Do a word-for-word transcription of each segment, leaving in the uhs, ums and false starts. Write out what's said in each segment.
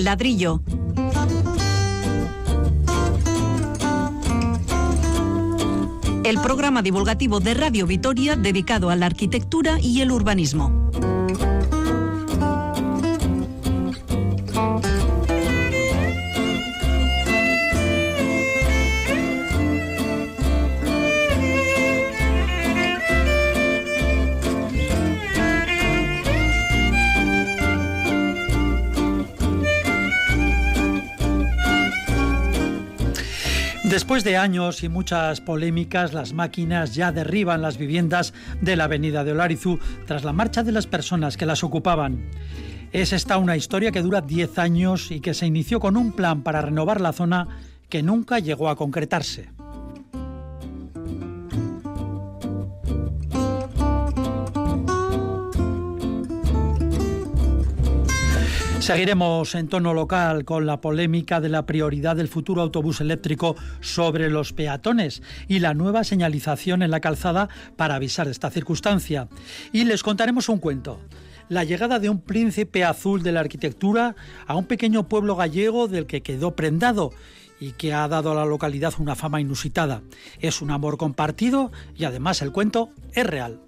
ladrillo. El programa divulgativo de Radio Vitoria dedicado a la arquitectura y el urbanismo. Después de años y muchas polémicas, las máquinas ya derriban las viviendas de la avenida de Olarizu tras la marcha de las personas que las ocupaban. Es esta una historia que dura diez años y que se inició con un plan para renovar la zona que nunca llegó a concretarse. Seguiremos en tono local con la polémica de la prioridad del futuro autobús eléctrico sobre los peatones y la nueva señalización en la calzada para avisar de esta circunstancia. Y les contaremos un cuento. La llegada de un príncipe azul de la arquitectura a un pequeño pueblo gallego del que quedó prendado y que ha dado a la localidad una fama inusitada. Es un amor compartido y además el cuento es real.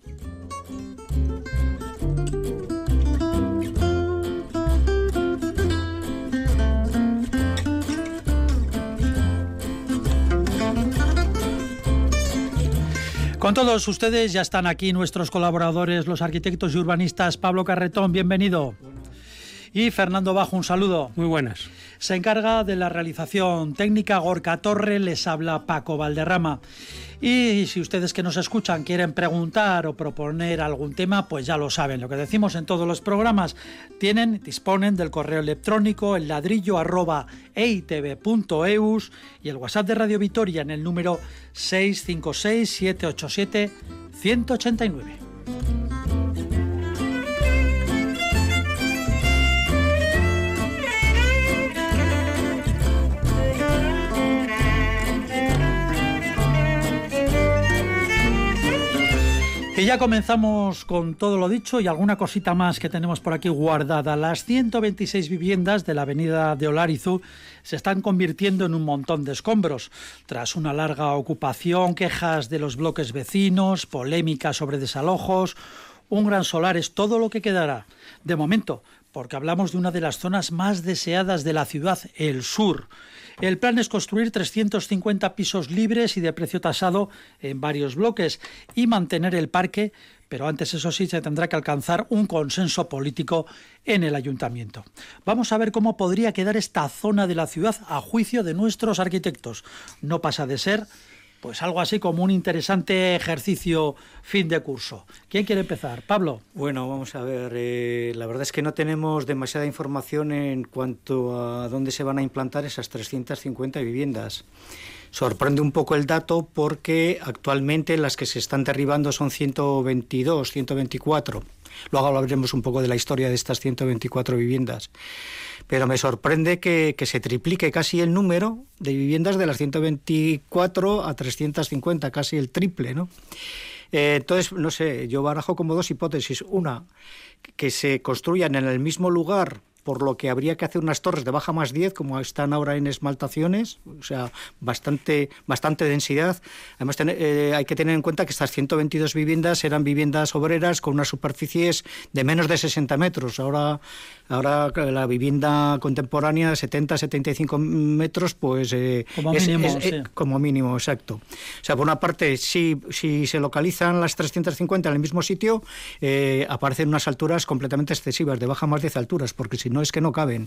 Con todos ustedes ya están aquí nuestros colaboradores, los arquitectos y urbanistas. Pablo Carretón, bienvenido. Y Fernando Bajo, un saludo. Muy buenas. Se encarga de la realización técnica Gorka Torre, les habla Paco Valderrama. Y si ustedes que nos escuchan quieren preguntar o proponer algún tema, pues ya lo saben, lo que decimos en todos los programas. Tienen, disponen del correo electrónico el ladrillo arroba eitv punto eus y el WhatsApp de Radio Vitoria en el número seis cinco seis, siete ocho siete, uno ocho nueve. Y ya comenzamos con todo lo dicho y alguna cosita más que tenemos por aquí guardada. Las ciento veintiséis viviendas de la avenida de Olarizu se están convirtiendo en un montón de escombros. Tras una larga ocupación, quejas de los bloques vecinos, polémica sobre desalojos, un gran solar es todo lo que quedará. De momento, porque hablamos de una de las zonas más deseadas de la ciudad, el sur. El plan es construir trescientos cincuenta pisos libres y de precio tasado en varios bloques y mantener el parque, pero antes, eso sí, se tendrá que alcanzar un consenso político en el ayuntamiento. Vamos a ver cómo podría quedar esta zona de la ciudad a juicio de nuestros arquitectos. No pasa de ser pues algo así como un interesante ejercicio fin de curso. ¿Quién quiere empezar? Pablo. Bueno, vamos a ver. Eh, la verdad es que no tenemos demasiada información en cuanto a dónde se van a implantar esas trescientas cincuenta viviendas. Sorprende un poco el dato porque actualmente las que se están derribando son ciento veintidós, ciento veinticuatro. Luego hablaremos un poco de la historia de estas ciento veinticuatro viviendas. Pero me sorprende que, que se triplique casi el número de viviendas de las ciento veinticuatro a trescientas cincuenta, casi el triple, ¿no? Eh, entonces, no sé, yo barajo como dos hipótesis. Una, que se construyan en el mismo lugar, por lo que habría que hacer unas torres de baja más diez, como están ahora en esmaltaciones, o sea, bastante bastante densidad. Además, ten, eh, hay que tener en cuenta que estas ciento veintidós viviendas eran viviendas obreras con unas superficies de menos de sesenta metros. Ahora, ahora la vivienda contemporánea de setenta, setenta y cinco metros, pues eh, como es, mínimo, es, sí. eh, como mínimo, exacto. O sea, por una parte, si, si se localizan las trescientas cincuenta en el mismo sitio, eh, aparecen unas alturas completamente excesivas, de baja más diez alturas, porque si no es que no caben.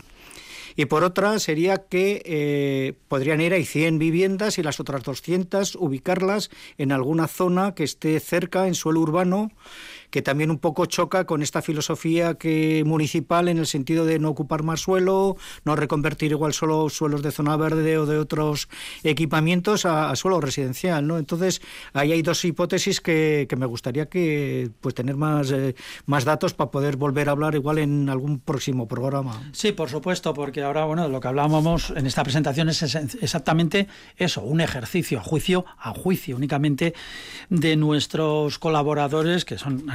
Y por otra sería que eh, podrían ir ahí cien viviendas y las otras doscientas ubicarlas en alguna zona que esté cerca, en suelo urbano, que también un poco choca con esta filosofía que municipal en el sentido de no ocupar más suelo, no reconvertir igual solo suelos de zona verde o de otros equipamientos a, a suelo residencial, ¿no? Entonces, ahí hay dos hipótesis que, que me gustaría que pues tener más, eh, más datos para poder volver a hablar igual en algún próximo programa. Sí, por supuesto, porque ahora, bueno, lo que hablábamos en esta presentación es exactamente eso, un ejercicio a juicio, a juicio únicamente de nuestros colaboradores, que son arquitectos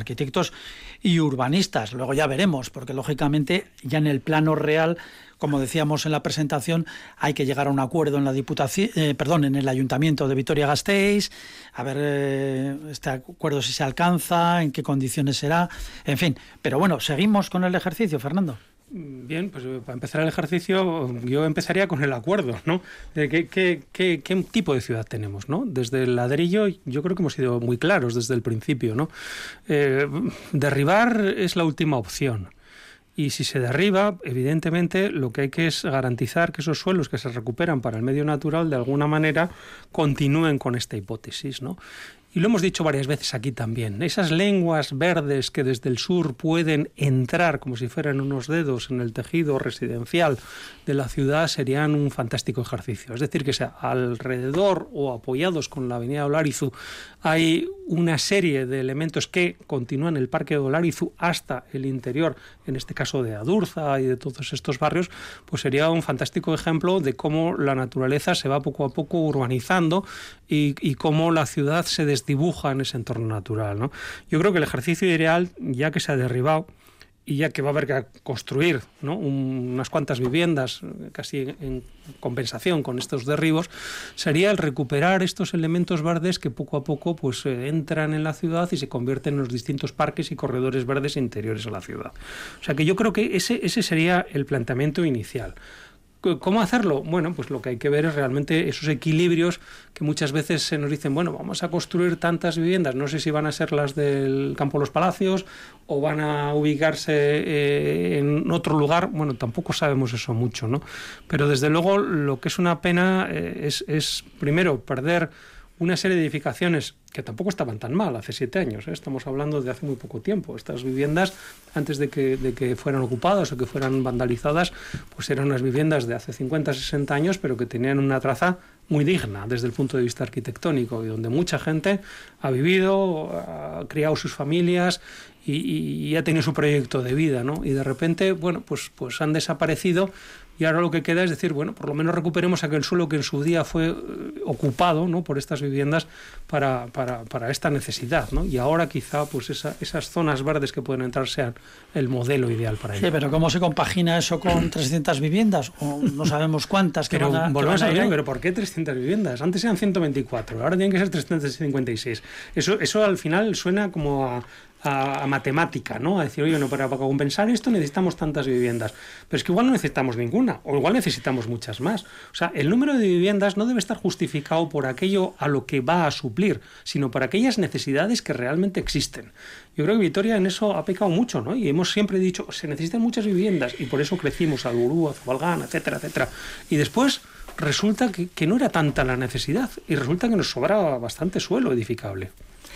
arquitectos y urbanistas. Luego ya veremos, porque lógicamente ya en el plano real, como decíamos en la presentación, hay que llegar a un acuerdo en la Diputación, eh, perdón, en el Ayuntamiento de Vitoria-Gasteiz, a ver eh, este acuerdo si se alcanza, en qué condiciones será, en fin. Pero bueno, seguimos con el ejercicio, Fernando. Bien, pues para empezar el ejercicio yo empezaría con el acuerdo, ¿no? De qué, qué, qué, qué tipo de ciudad tenemos, ¿no? Desde el ladrillo yo creo que hemos sido muy claros desde el principio, ¿no? Eh, derribar es la última opción. Y si se derriba, evidentemente lo que hay que es garantizar que esos suelos que se recuperan para el medio natural de alguna manera continúen con esta hipótesis, ¿no? Y lo hemos dicho varias veces aquí también, esas lenguas verdes que desde el sur pueden entrar como si fueran unos dedos en el tejido residencial de la ciudad serían un fantástico ejercicio. Es decir, que sea alrededor o apoyados con la avenida Olarizu hay una serie de elementos que continúan el parque de Olarizu hasta el interior, en este caso de Adurza y de todos estos barrios, pues sería un fantástico ejemplo de cómo la naturaleza se va poco a poco urbanizando y, y cómo la ciudad se desdibuja en ese entorno natural, ¿no? Yo creo que el ejercicio ideal, ya que se ha derribado y ya que va a haber que construir, ¿no?, Un, unas cuantas viviendas casi en, en compensación con estos derribos, sería el recuperar estos elementos verdes que poco a poco pues eh, entran en la ciudad y se convierten en los distintos parques y corredores verdes interiores a la ciudad. O sea que yo creo que ese, ese sería el planteamiento inicial. ¿Cómo hacerlo? Bueno, pues lo que hay que ver es realmente esos equilibrios que muchas veces se nos dicen, bueno, vamos a construir tantas viviendas, no sé si van a ser las del Campo de los Palacios o van a ubicarse eh, en otro lugar, bueno, tampoco sabemos eso mucho, ¿no? Pero desde luego lo que es una pena eh, es, es, primero, perder una serie de edificaciones que tampoco estaban tan mal hace siete años, ¿eh? Estamos hablando de hace muy poco tiempo. Estas viviendas, antes de que, de que fueran ocupadas o que fueran vandalizadas, pues eran unas viviendas de hace cincuenta, sesenta años, pero que tenían una traza muy digna desde el punto de vista arquitectónico y donde mucha gente ha vivido, ha criado sus familias y, y, y ha tenido su proyecto de vida, ¿no? Y de repente, bueno, pues, pues han desaparecido. Y ahora lo que queda es decir, bueno, por lo menos recuperemos aquel suelo que en su día fue eh, ocupado, ¿no?, por estas viviendas para, para, para esta necesidad, ¿no? Y ahora quizá pues esa, esas zonas verdes que pueden entrar sean el modelo ideal para ello. Sí, pero ¿cómo se compagina eso con trescientas viviendas? O no sabemos cuántas. Que pero van a, volvemos que van a a ir, ver, ¿pero por qué trescientas viviendas? Antes eran ciento veinticuatro, ahora tienen que ser trescientos cincuenta y seis. Eso, eso al final suena como a... A, a matemática, ¿no? A decir, oye, no, para, para compensar esto necesitamos tantas viviendas. Pero es que igual no necesitamos ninguna, o igual necesitamos muchas más. O sea, el número de viviendas no debe estar justificado por aquello a lo que va a suplir, sino por aquellas necesidades que realmente existen. Yo creo que Vitoria en eso ha pecado mucho, ¿no? Y hemos siempre dicho, se necesitan muchas viviendas, y por eso crecimos a Burú, a Zabalgán, etcétera, etcétera. Y después resulta que, que no era tanta la necesidad, y resulta que nos sobraba bastante suelo edificable.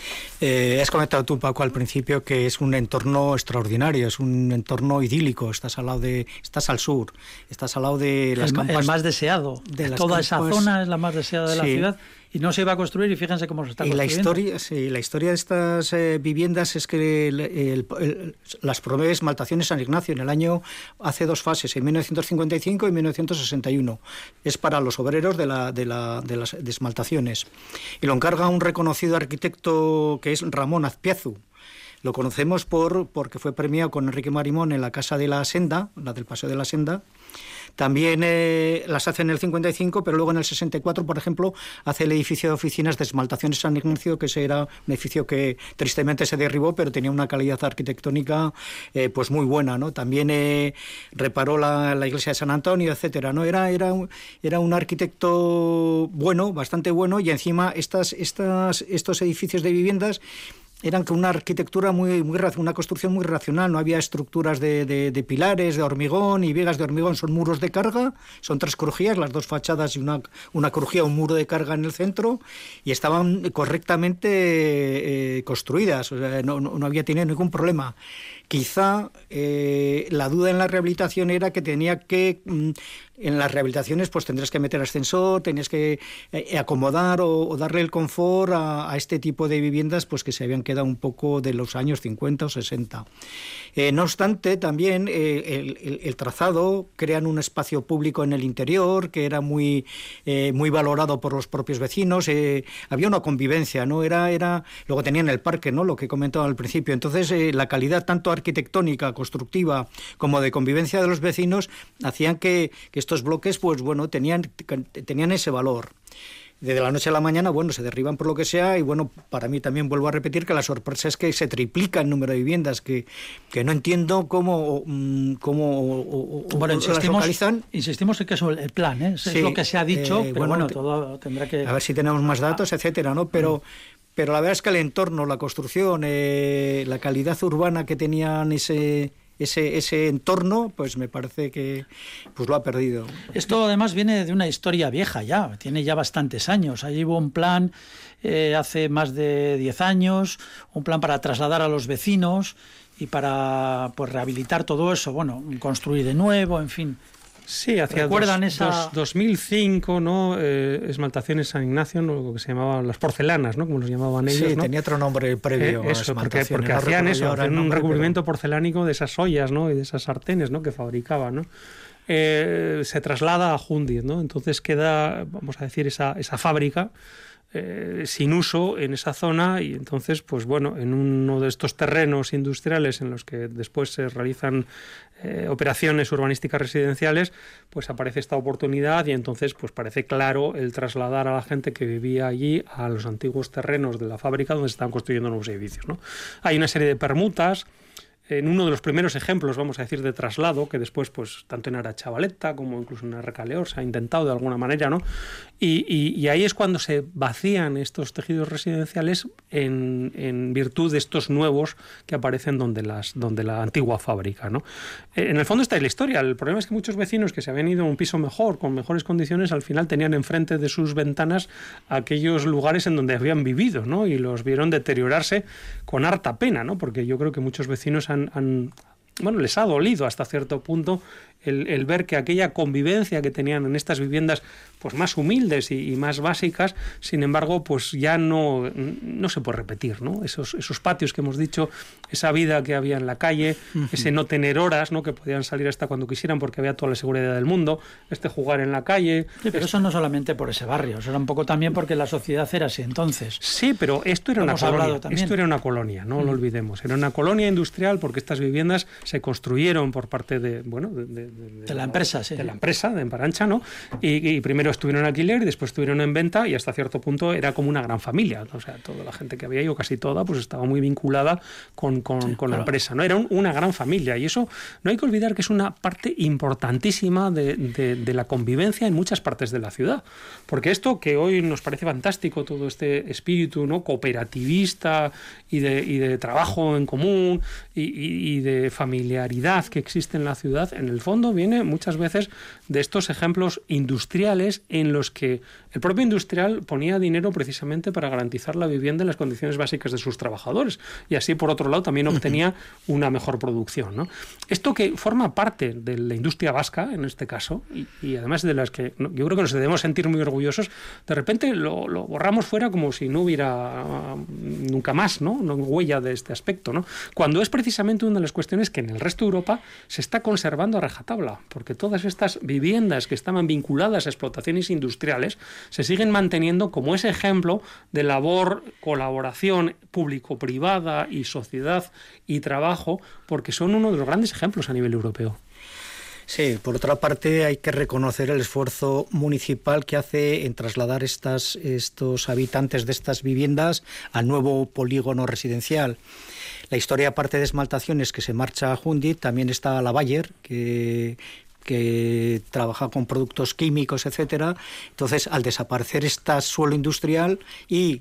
Eh, has comentado tú, Paco, al principio que es un entorno extraordinario, es un entorno idílico. Estás al lado de, estás al sur, estás al lado de las el, campas, el más deseado. De las Toda campas, esa zona es la más deseada de sí. la ciudad. Y no se iba a construir, y fíjense cómo se está y construyendo. La historia, sí, la historia de estas eh, viviendas es que el, el, el, las promueve Esmaltaciones San Ignacio en el año, hace dos fases, en mil novecientos cincuenta y cinco y mil novecientos sesenta y uno. Es para los obreros de, la, de, la, de las de Esmaltaciones. Y lo encarga un reconocido arquitecto que es Ramón Azpiazu. Lo conocemos por porque fue premiado con Enrique Marimón en la Casa de la Senda, la del Paseo de la Senda. También eh, las hace en el cincuenta y cinco, pero luego en el sesenta y cuatro, por ejemplo, hace el edificio de oficinas de Esmaltaciones San Ignacio, que ese era un edificio que tristemente se derribó, pero tenía una calidad arquitectónica eh, pues muy buena, ¿no? También eh, reparó la, la iglesia de San Antonio, etcétera, ¿no? Era, era, un, era un arquitecto bueno, bastante bueno, y encima estas, estas, estos edificios de viviendas eran con una arquitectura muy, muy una construcción muy racional, no había estructuras de, de, de pilares, de hormigón y vigas de hormigón, son muros de carga, son tres crujías, las dos fachadas y una, una crujía, un muro de carga en el centro, y estaban correctamente eh, construidas, o sea, no, no, no había tenido ningún problema. Quizá eh, la duda en la rehabilitación era que tenía que mm, en las rehabilitaciones pues tendrás que meter ascensor, tenías que eh, acomodar o, o darle el confort a, a este tipo de viviendas pues que se habían quedado un poco de los años cincuenta o sesenta. Eh, no obstante, también eh, el, el, el trazado crean un espacio público en el interior que era muy, eh, muy valorado por los propios vecinos. Eh, había una convivencia, ¿no? Era, era, luego tenían el parque, ¿no? Lo que he comentado al principio. Entonces, eh, la calidad tanto arquitectónica, constructiva, como de convivencia de los vecinos hacían que, que estos bloques, pues bueno, tenían, tenían ese valor. Desde la noche a la mañana, bueno, se derriban por lo que sea y, bueno, para mí también vuelvo a repetir que la sorpresa es que se triplica el número de viviendas, que, que no entiendo cómo, cómo o, o, bueno, insistimos, las localizan. Insistimos en que es el plan, ¿eh? Sí, es lo que se ha dicho, eh, pero bueno, bueno, todo tendrá que... A ver si tenemos más datos, etcétera, ¿no? Pero... Pero la verdad es que el entorno, la construcción, eh, la calidad urbana que tenían ese... Ese, ese entorno, pues me parece que pues lo ha perdido. Esto además viene de una historia vieja ya, tiene ya bastantes años. Allí hubo un plan eh, hace más de diez años, un plan para trasladar a los vecinos y para pues rehabilitar todo eso, bueno, construir de nuevo, en fin. Sí, hacia ¿Recuerdan dos, esa... dos, dos mil cinco, ¿no? Eh, Esmaltaciones San Ignacio, ¿no? Lo que se llamaban las porcelanas, ¿no? Como los llamaban ellos, sí, ¿no? tenía otro nombre previo. Eh, eso, porque, porque no hacían eso, hacían un recubrimiento pero... porcelánico de esas ollas, ¿no? Y de esas sartenes, ¿no? Que fabricaban, ¿no? Eh, se traslada a Jundiz, ¿no? Entonces queda, vamos a decir, esa, esa fábrica Eh, sin uso en esa zona y entonces, pues bueno, en uno de estos terrenos industriales en los que después se realizan eh, operaciones urbanísticas residenciales, pues aparece esta oportunidad y entonces pues parece claro el trasladar a la gente que vivía allí a los antiguos terrenos de la fábrica donde se estaban construyendo nuevos edificios, ¿no? Hay una serie de permutas. En uno de los primeros ejemplos, vamos a decir, de traslado, que después, pues, tanto en Arachavaleta como incluso en Recaleor se ha intentado de alguna manera, ¿no? Y, y, y ahí es cuando se vacían estos tejidos residenciales en, en virtud de estos nuevos que aparecen donde, las, donde la antigua fábrica, ¿no? En el fondo esta es la historia. El problema es que muchos vecinos que se habían ido a un piso mejor, con mejores condiciones, al final tenían enfrente de sus ventanas aquellos lugares en donde habían vivido, ¿no? Y los vieron deteriorarse con harta pena, ¿no? Porque yo creo que muchos vecinos han, han bueno, les ha dolido hasta cierto punto el, el ver que aquella convivencia que tenían en estas viviendas pues más humildes y, y más básicas, sin embargo, pues ya no, no se puede repetir, ¿no? Esos, esos patios que hemos dicho, esa vida que había en la calle, uh-huh. ese no tener horas, ¿no? Que podían salir hasta cuando quisieran porque había toda la seguridad del mundo, este jugar en la calle. Sí, pero eso no solamente por ese barrio, eso era un poco también porque la sociedad era así entonces. Sí, pero esto era una colonia, esto era una colonia, no uh-huh. lo olvidemos, era una colonia industrial porque estas viviendas se construyeron por parte de, bueno, de, de, de, de la empresa, sí. De la empresa, de Emparancha, ¿no? Y, y primero estuvieron en alquiler y después estuvieron en venta y hasta cierto punto era como una gran familia. O sea, toda la gente que había ahí, o casi toda, pues estaba muy vinculada con, con, sí, con claro. la empresa, ¿no? Era un, una gran familia y eso no hay que olvidar que es una parte importantísima de, de, de la convivencia en muchas partes de la ciudad. Porque esto que hoy nos parece fantástico, todo este espíritu, ¿no? cooperativista y de, y de trabajo en común y, y, y de familiaridad que existe en la ciudad, en el fondo viene muchas veces de estos ejemplos industriales en los que el propio industrial ponía dinero precisamente para garantizar la vivienda en las condiciones básicas de sus trabajadores y así por otro lado también obtenía una mejor producción, ¿no? Esto que forma parte de la industria vasca en este caso y, y además de las que no, yo creo que nos debemos sentir muy orgullosos, de repente lo, lo borramos fuera como si no hubiera uh, nunca más, ¿no? No huella de este aspecto, ¿no? Cuando es precisamente una de las cuestiones que en el resto de Europa se está conservando a rajatabla, porque todas estas viviendas que estaban vinculadas a explotaciones industriales se siguen manteniendo como ese ejemplo de labor, colaboración público-privada y sociedad y trabajo, porque son uno de los grandes ejemplos a nivel europeo. Sí, por otra parte hay que reconocer el esfuerzo municipal que hace en trasladar estas, estos habitantes de estas viviendas al nuevo polígono residencial. La historia, aparte de Esmaltaciones, que se marcha a Jundiz, también está la Bayer, que... que trabaja con productos químicos, etcétera. Entonces, al desaparecer este suelo industrial y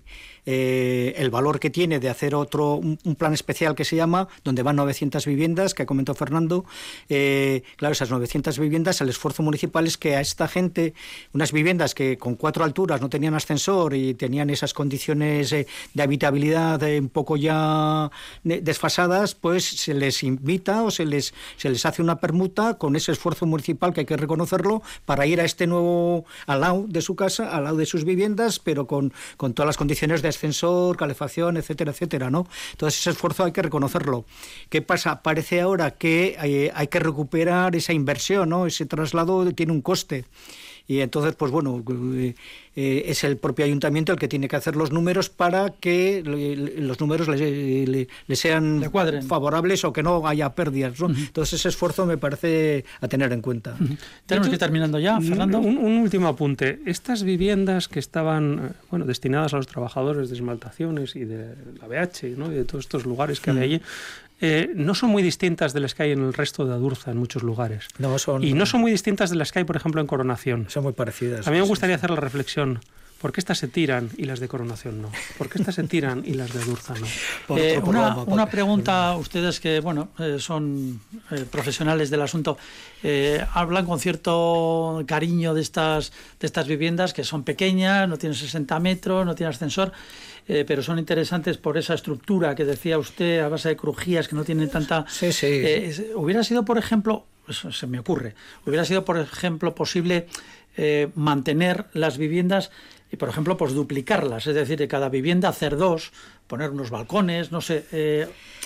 eh, el valor que tiene de hacer otro un, un plan especial que se llama, donde van novecientas viviendas, que ha comentado Fernando, eh, claro, esas novecientas viviendas, el esfuerzo municipal es que a esta gente, unas viviendas que con cuatro alturas no tenían ascensor y tenían esas condiciones eh, de habitabilidad eh, un poco ya desfasadas, pues se les invita o se les, se les hace una permuta con ese esfuerzo municipal que hay que reconocerlo para ir a este nuevo, al lado de su casa, al lado de sus viviendas, pero con, con todas las condiciones de ascensor, calefacción, etcétera, etcétera, ¿no? Entonces ese esfuerzo hay que reconocerlo. ¿Qué pasa? Parece ahora que hay, hay que recuperar esa inversión, ¿no? Ese traslado tiene un coste. Y entonces, pues bueno, eh, eh, es el propio ayuntamiento el que tiene que hacer los números para que le, los números le, le, le sean le cuadren, favorables o que no haya pérdidas, ¿no? Uh-huh. Entonces ese esfuerzo me parece a tener en cuenta. Uh-huh. Tenemos que ir terminando ya, Fernando. Un, un último apunte. Estas viviendas que estaban bueno destinadas a los trabajadores de esmaltaciones y de la B H, ¿no? Y de todos estos lugares que uh-huh. hay allí, Eh, no son muy distintas de las que hay en el resto de Adurza en muchos lugares. No, son, y no son muy distintas de las que hay, por ejemplo, en Coronación. Son muy parecidas. A mí me gustaría hacer la reflexión. ¿Por qué estas se tiran y las de Coronación no? ¿Por qué estas se tiran y las de Adurza no? Eh, una, una pregunta, ustedes que bueno eh, son eh, profesionales del asunto, eh, hablan con cierto cariño de estas, de estas viviendas que son pequeñas, no tienen sesenta metros, no tienen ascensor, eh, pero son interesantes por esa estructura que decía usted a base de crujías que no tienen tanta... Sí, sí. Eh, hubiera sido, por ejemplo, eso se me ocurre, hubiera sido, por ejemplo, posible eh, mantener las viviendas y, por ejemplo, pues duplicarlas, es decir, de cada vivienda hacer dos, poner unos balcones, no sé, eh,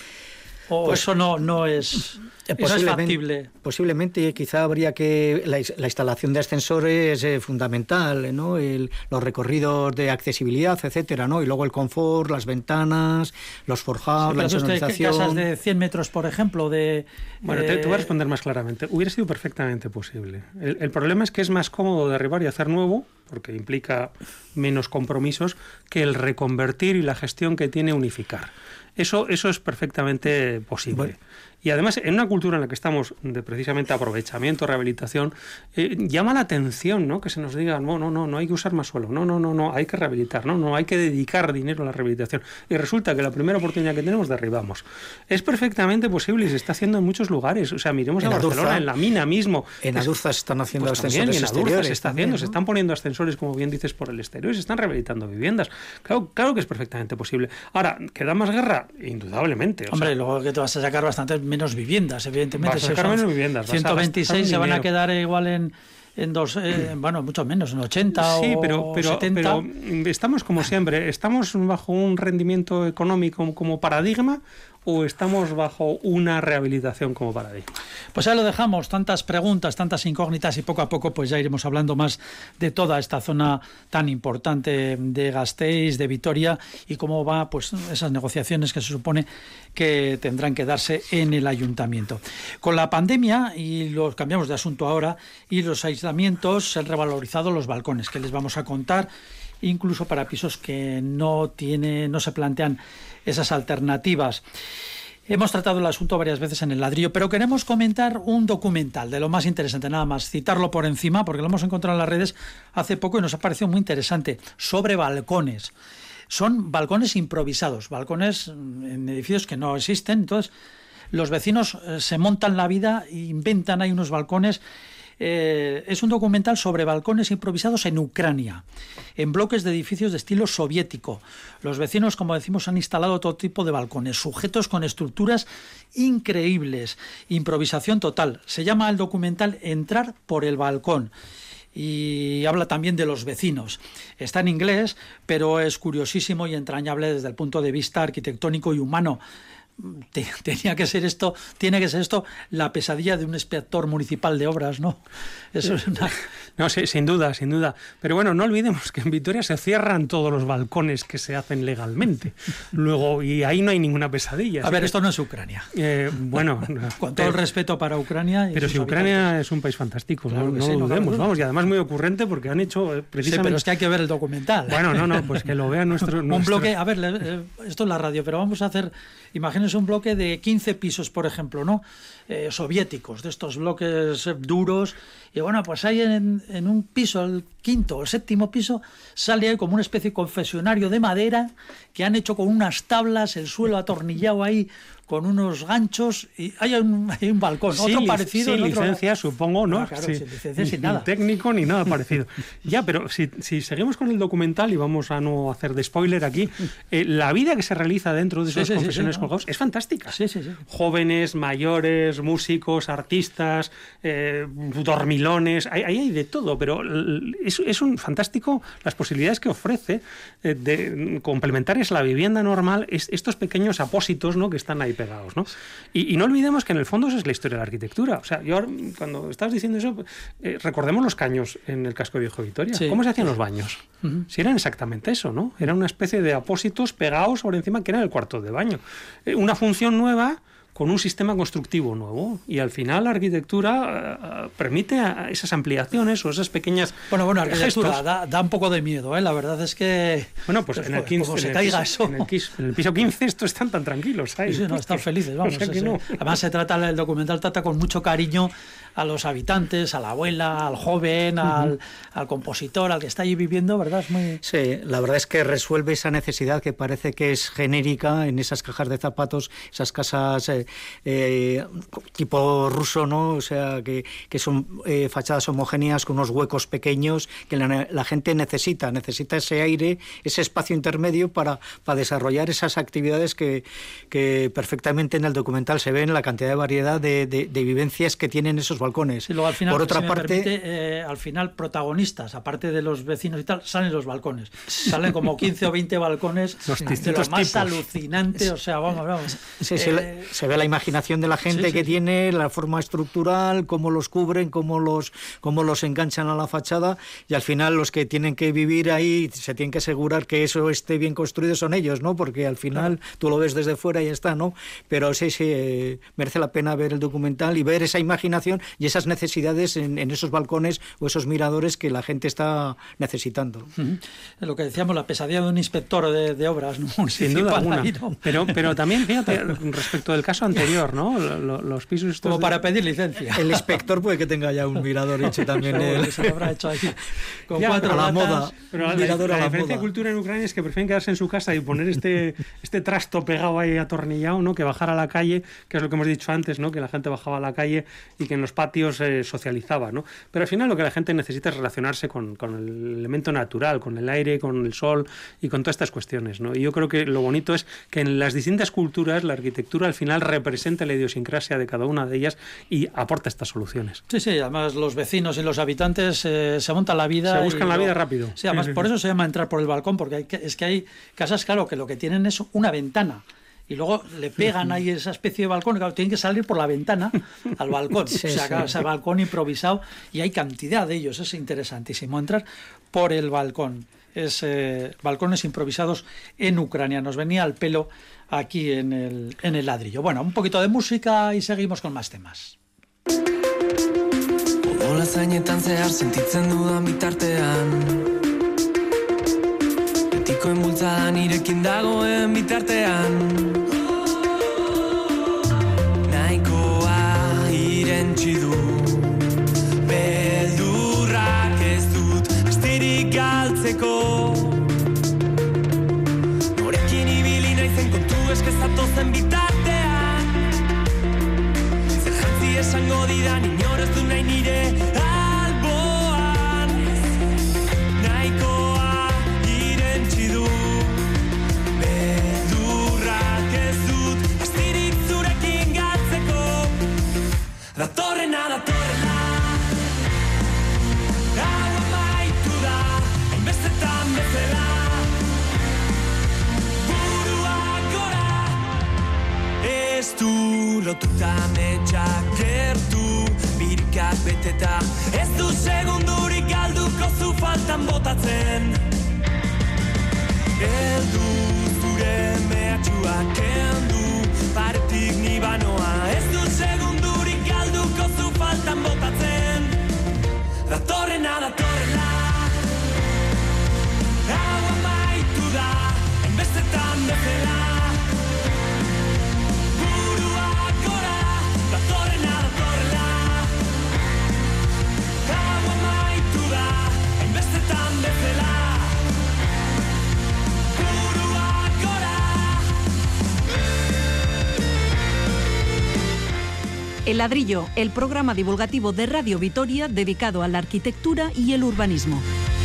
o pues, eso no, no es, eso es factible. Posiblemente, quizá habría que la, la instalación de ascensores es fundamental, ¿no? El, los recorridos de accesibilidad, etcétera, ¿no? Y luego el confort, las ventanas, los forjados, sí, la insonorización. Casas de cien metros, por ejemplo, de... Bueno, eh... te, te voy a responder más claramente. Hubiera sido perfectamente posible. El, el problema es que es más cómodo derribar y hacer nuevo, porque implica menos compromisos, que el reconvertir y la gestión que tiene unificar. Eso, eso es perfectamente posible. Bueno. Y además, en una cultura en la que estamos de precisamente aprovechamiento, rehabilitación, eh, llama la atención, ¿no? Que se nos diga, no, no, no, no hay que usar más suelo, no, no, no, no, hay que rehabilitar, no, no, hay que dedicar dinero a la rehabilitación. Y resulta que la primera oportunidad que tenemos derribamos. Es perfectamente posible y se está haciendo en muchos lugares. O sea, miremos a Barcelona, Adurza, en la mina mismo. En Adurza se están haciendo pues ascensores también, en exteriores. Adurza se está también, haciendo, ¿no? Se están poniendo ascensores, como bien dices, por el exterior, y se están rehabilitando viviendas. Claro, claro que es perfectamente posible. Ahora, ¿que da más guerra? Indudablemente. O Hombre, sea, luego que te vas a sacar bastante menos viviendas, evidentemente. Vas a sacar menos viviendas. ciento veintiséis se van a quedar igual en, en dos, eh, bueno, mucho menos, en ochenta sí, o pero, pero, setenta. Pero estamos como siempre, estamos bajo un rendimiento económico como paradigma o estamos bajo una rehabilitación como paradigma. Pues ahí lo dejamos, tantas preguntas, tantas incógnitas y poco a poco pues ya iremos hablando más de toda esta zona tan importante de Gasteiz, de Vitoria y cómo va pues esas negociaciones que se supone que tendrán que darse en el ayuntamiento. Con la pandemia, y los cambiamos de asunto ahora, y los aislamientos, se han revalorizado los balcones, que les vamos a contar, incluso para pisos que no tiene, no se plantean esas alternativas. Hemos tratado el asunto varias veces en El Ladrillo, pero queremos comentar un documental de lo más interesante, nada más citarlo por encima, porque lo hemos encontrado en las redes hace poco y nos ha parecido muy interesante, sobre balcones. Son balcones improvisados, balcones en edificios que no existen, entonces los vecinos se montan la vida e inventan ahí unos balcones. Eh, es un documental sobre balcones improvisados en Ucrania, en bloques de edificios de estilo soviético. Los vecinos, como decimos, han instalado todo tipo de balcones, sujetos con estructuras increíbles, improvisación total. Se llama el documental Entrar por el balcón. Y habla también de los vecinos. Está en inglés, pero es curiosísimo y entrañable desde el punto de vista arquitectónico y humano. Tenía que ser esto, tiene que ser esto la pesadilla de un inspector municipal de obras, ¿no? Eso es una... No, sí, sin duda, sin duda. Pero bueno, no olvidemos que en Vitoria se cierran todos los balcones que se hacen legalmente. Luego, y ahí no hay ninguna pesadilla. A ver, que... esto no es Ucrania. Eh, bueno, con todo el respeto para Ucrania. Y pero si Ucrania habitantes. Es un país fantástico, claro, no, no sí, lo dudemos, no, vamos, y además muy ocurrente porque han hecho precisamente. Sí, pero es que hay que ver el documental. Bueno, no, no, pues que lo vean nuestros. Un nuestros... bloque, a ver, esto es la radio, pero vamos a hacer, imagínense un bloque de quince pisos, por ejemplo, ¿no? Eh, soviéticos, de estos bloques duros, y bueno, pues hay en, en un piso, el quinto o el séptimo piso, sale ahí como una especie de confesionario de madera que han hecho con unas tablas, el suelo atornillado ahí con unos ganchos y hay un, hay un balcón, sí, otro parecido. Sin otro... licencia, supongo, ¿no? Ah, claro, sí. sin licencia, ni, sin nada. Ni técnico ni nada parecido. Ya, pero si, si seguimos con el documental y vamos a no hacer de spoiler aquí, eh, la vida que se realiza dentro de esos sí, sí, confesiones sí, sí, ¿no? colgados es fantástica. Sí, sí, sí. Jóvenes, mayores, músicos, artistas, eh, dormilones, ahí hay, hay de todo, pero es, es un fantástico las posibilidades que ofrece eh, de complementarias a la vivienda normal, es, estos pequeños apósitos, ¿no?, que están ahí pegados, ¿no? Y, y no olvidemos que en el fondo esa es la historia de la arquitectura. O sea, yo ahora, cuando estabas diciendo eso, eh, recordemos los caños en el casco viejo de Vitoria. Sí. ¿Cómo se hacían los baños? Uh-huh. Si eran exactamente eso, ¿no? Era una especie de apósitos pegados sobre encima que era el cuarto de baño. Eh, una función nueva con un sistema constructivo nuevo, y al final la arquitectura uh, permite a esas ampliaciones o esas pequeñas bueno bueno arquitectura da, da un poco de miedo, ¿eh? La verdad es que bueno pues, pues en el quince como en se el caiga piso, eso en el, piso, en el piso quince estos están tan tranquilos ahí, sí, sí, no, están felices, vamos, o sea que ese, no. Además se trata, el documental trata con mucho cariño a los habitantes, a la abuela, al joven, uh-huh. al, al compositor, al que está allí viviendo, ¿verdad? Es muy... Sí, la verdad es que resuelve esa necesidad que parece que es genérica en esas cajas de zapatos, esas casas eh, eh, tipo ruso, ¿no? O sea, que, que son eh, fachadas homogéneas con unos huecos pequeños que la, la gente necesita, necesita ese aire, ese espacio intermedio para, para desarrollar esas actividades que, que perfectamente en el documental se ven, la cantidad de variedad de, de, de vivencias que tienen esos balcones. Y luego al final, por otra si parte, permite, eh, al final protagonistas, aparte de los vecinos y tal, salen los balcones. Salen como quince o veinte balcones los de lo más tipos. alucinante, o sea, vamos, vamos. Sí, eh, se, se ve la imaginación de la gente sí, sí, que sí. tiene, la forma estructural, cómo los cubren, cómo los, cómo los enganchan a la fachada, y al final los que tienen que vivir ahí se tienen que asegurar que eso esté bien construido son ellos, ¿no? Porque al final claro. tú lo ves desde fuera y ya está, ¿no? Pero sí, sí, eh, merece la pena ver el documental y ver esa imaginación y esas necesidades en, en esos balcones o esos miradores que la gente está necesitando. Uh-huh. Lo que decíamos, la pesadilla de un inspector de, de obras, ¿no? Sin duda alguna. ¿No? Pero, pero también, fíjate, respecto del caso anterior, ¿no? Los, los pisos estos como de... para pedir licencia. El inspector puede que tenga ya un mirador hecho también. Él. Se lo habrá hecho ahí con ya, cuatro a la latas, moda. Pero la, mirador la, a la diferencia moda. de cultura en Ucrania es que prefieren quedarse en su casa y poner este, este trasto pegado ahí atornillado, ¿no? Que bajar a la calle, que es lo que hemos dicho antes, ¿no? Que la gente bajaba a la calle y que en los patios eh, socializaba, ¿no? Pero al final lo que la gente necesita es relacionarse con, con el elemento natural, con el aire, con el sol y con todas estas cuestiones, ¿no? Y yo creo que lo bonito es que en las distintas culturas la arquitectura al final representa la idiosincrasia de cada una de ellas y aporta estas soluciones. Sí, sí, además los vecinos y los habitantes eh, se montan la vida. Se buscan la lo, vida rápido. Sí, además sí, sí, por sí. eso se llama entrar por el balcón, porque hay que, es que hay casas, claro, que lo que tienen es una ventana. Y luego le pegan ahí esa especie de balcón, claro, tienen que salir por la ventana al balcón, sí, o sea, claro, ese balcón improvisado, y hay cantidad de ellos, es interesantísimo entrar por el balcón, es eh, balcones improvisados en Ucrania, nos venía al pelo aquí en el, en el ladrillo. Bueno, un poquito de música y seguimos con más temas. Ola zainetan zehar sentitzen dudan bitartean Betikoen bultzadan irekin dagoen bitartean Nahikoa irentsi du Beldurrak ez dut astirik galtzeko Norekin ibili naizen kontu eskezatozen bitartean Zer jantzi esango didan inorez du nahi nire alboan Nahikoa irentsi du Beldurrak ez dut astirik zurekin galtzeko Datorrena, datorrena Hau amaitu da hainbestetan bezala Burua gora Ez du lotuta metxak gertu Birikak beteta Ez du segundurik galduko zu faltan botatzen Eldu zure mehatxuak kendu Paretik ni banoa Ez du segundurik galduko zu faltan botatzen Datorrena, datorrena Hau amaitu da hainbestetan bezala Burua gora Datorrena, datorrela Hau amaitu da hainbestetan bezala Burua gora El Ladrillo, el programa divulgativo de Radio Vitoria dedicado a la arquitectura y el urbanismo.